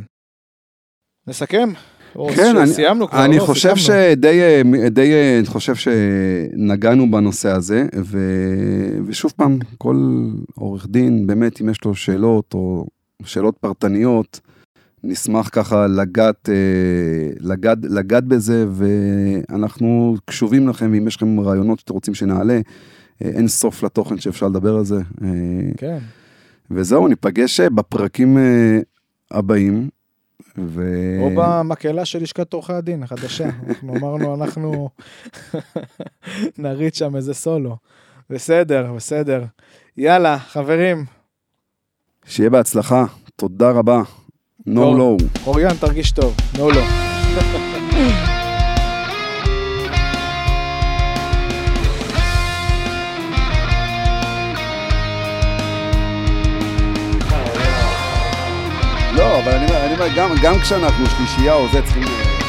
[SPEAKER 2] נסכם?
[SPEAKER 1] כן, אני, אני לא, חושב שדי, די, אני חושב שנגענו בנושא הזה, ו, ושוב פעם, כל עורך דין, באמת, אם יש לו שאלות או שאלות פרטניות, נשמח ככה לגעת, לגעת, לגעת בזה, ואנחנו קשובים לכם, ואם יש לכם רעיונות שאתם רוצים שנעלה, אין סוף לתוכן שאפשר לדבר על זה.
[SPEAKER 2] כן.
[SPEAKER 1] וזהו, ניפגש בפרקים הבאים, ו...
[SPEAKER 2] או במקהלה של לשכת עורכי הדין החדשה, אנחנו אמרנו, אנחנו נריץ שם איזה סולו. בסדר, בסדר. יאללה, חברים.
[SPEAKER 1] שיהיה בהצלחה, תודה רבה. No low.
[SPEAKER 2] אוריאן, תרגיש טוב. No low.
[SPEAKER 1] לא, אבל אני אומר, גם, גם כשאנחנו שלישייה או זה צריכים...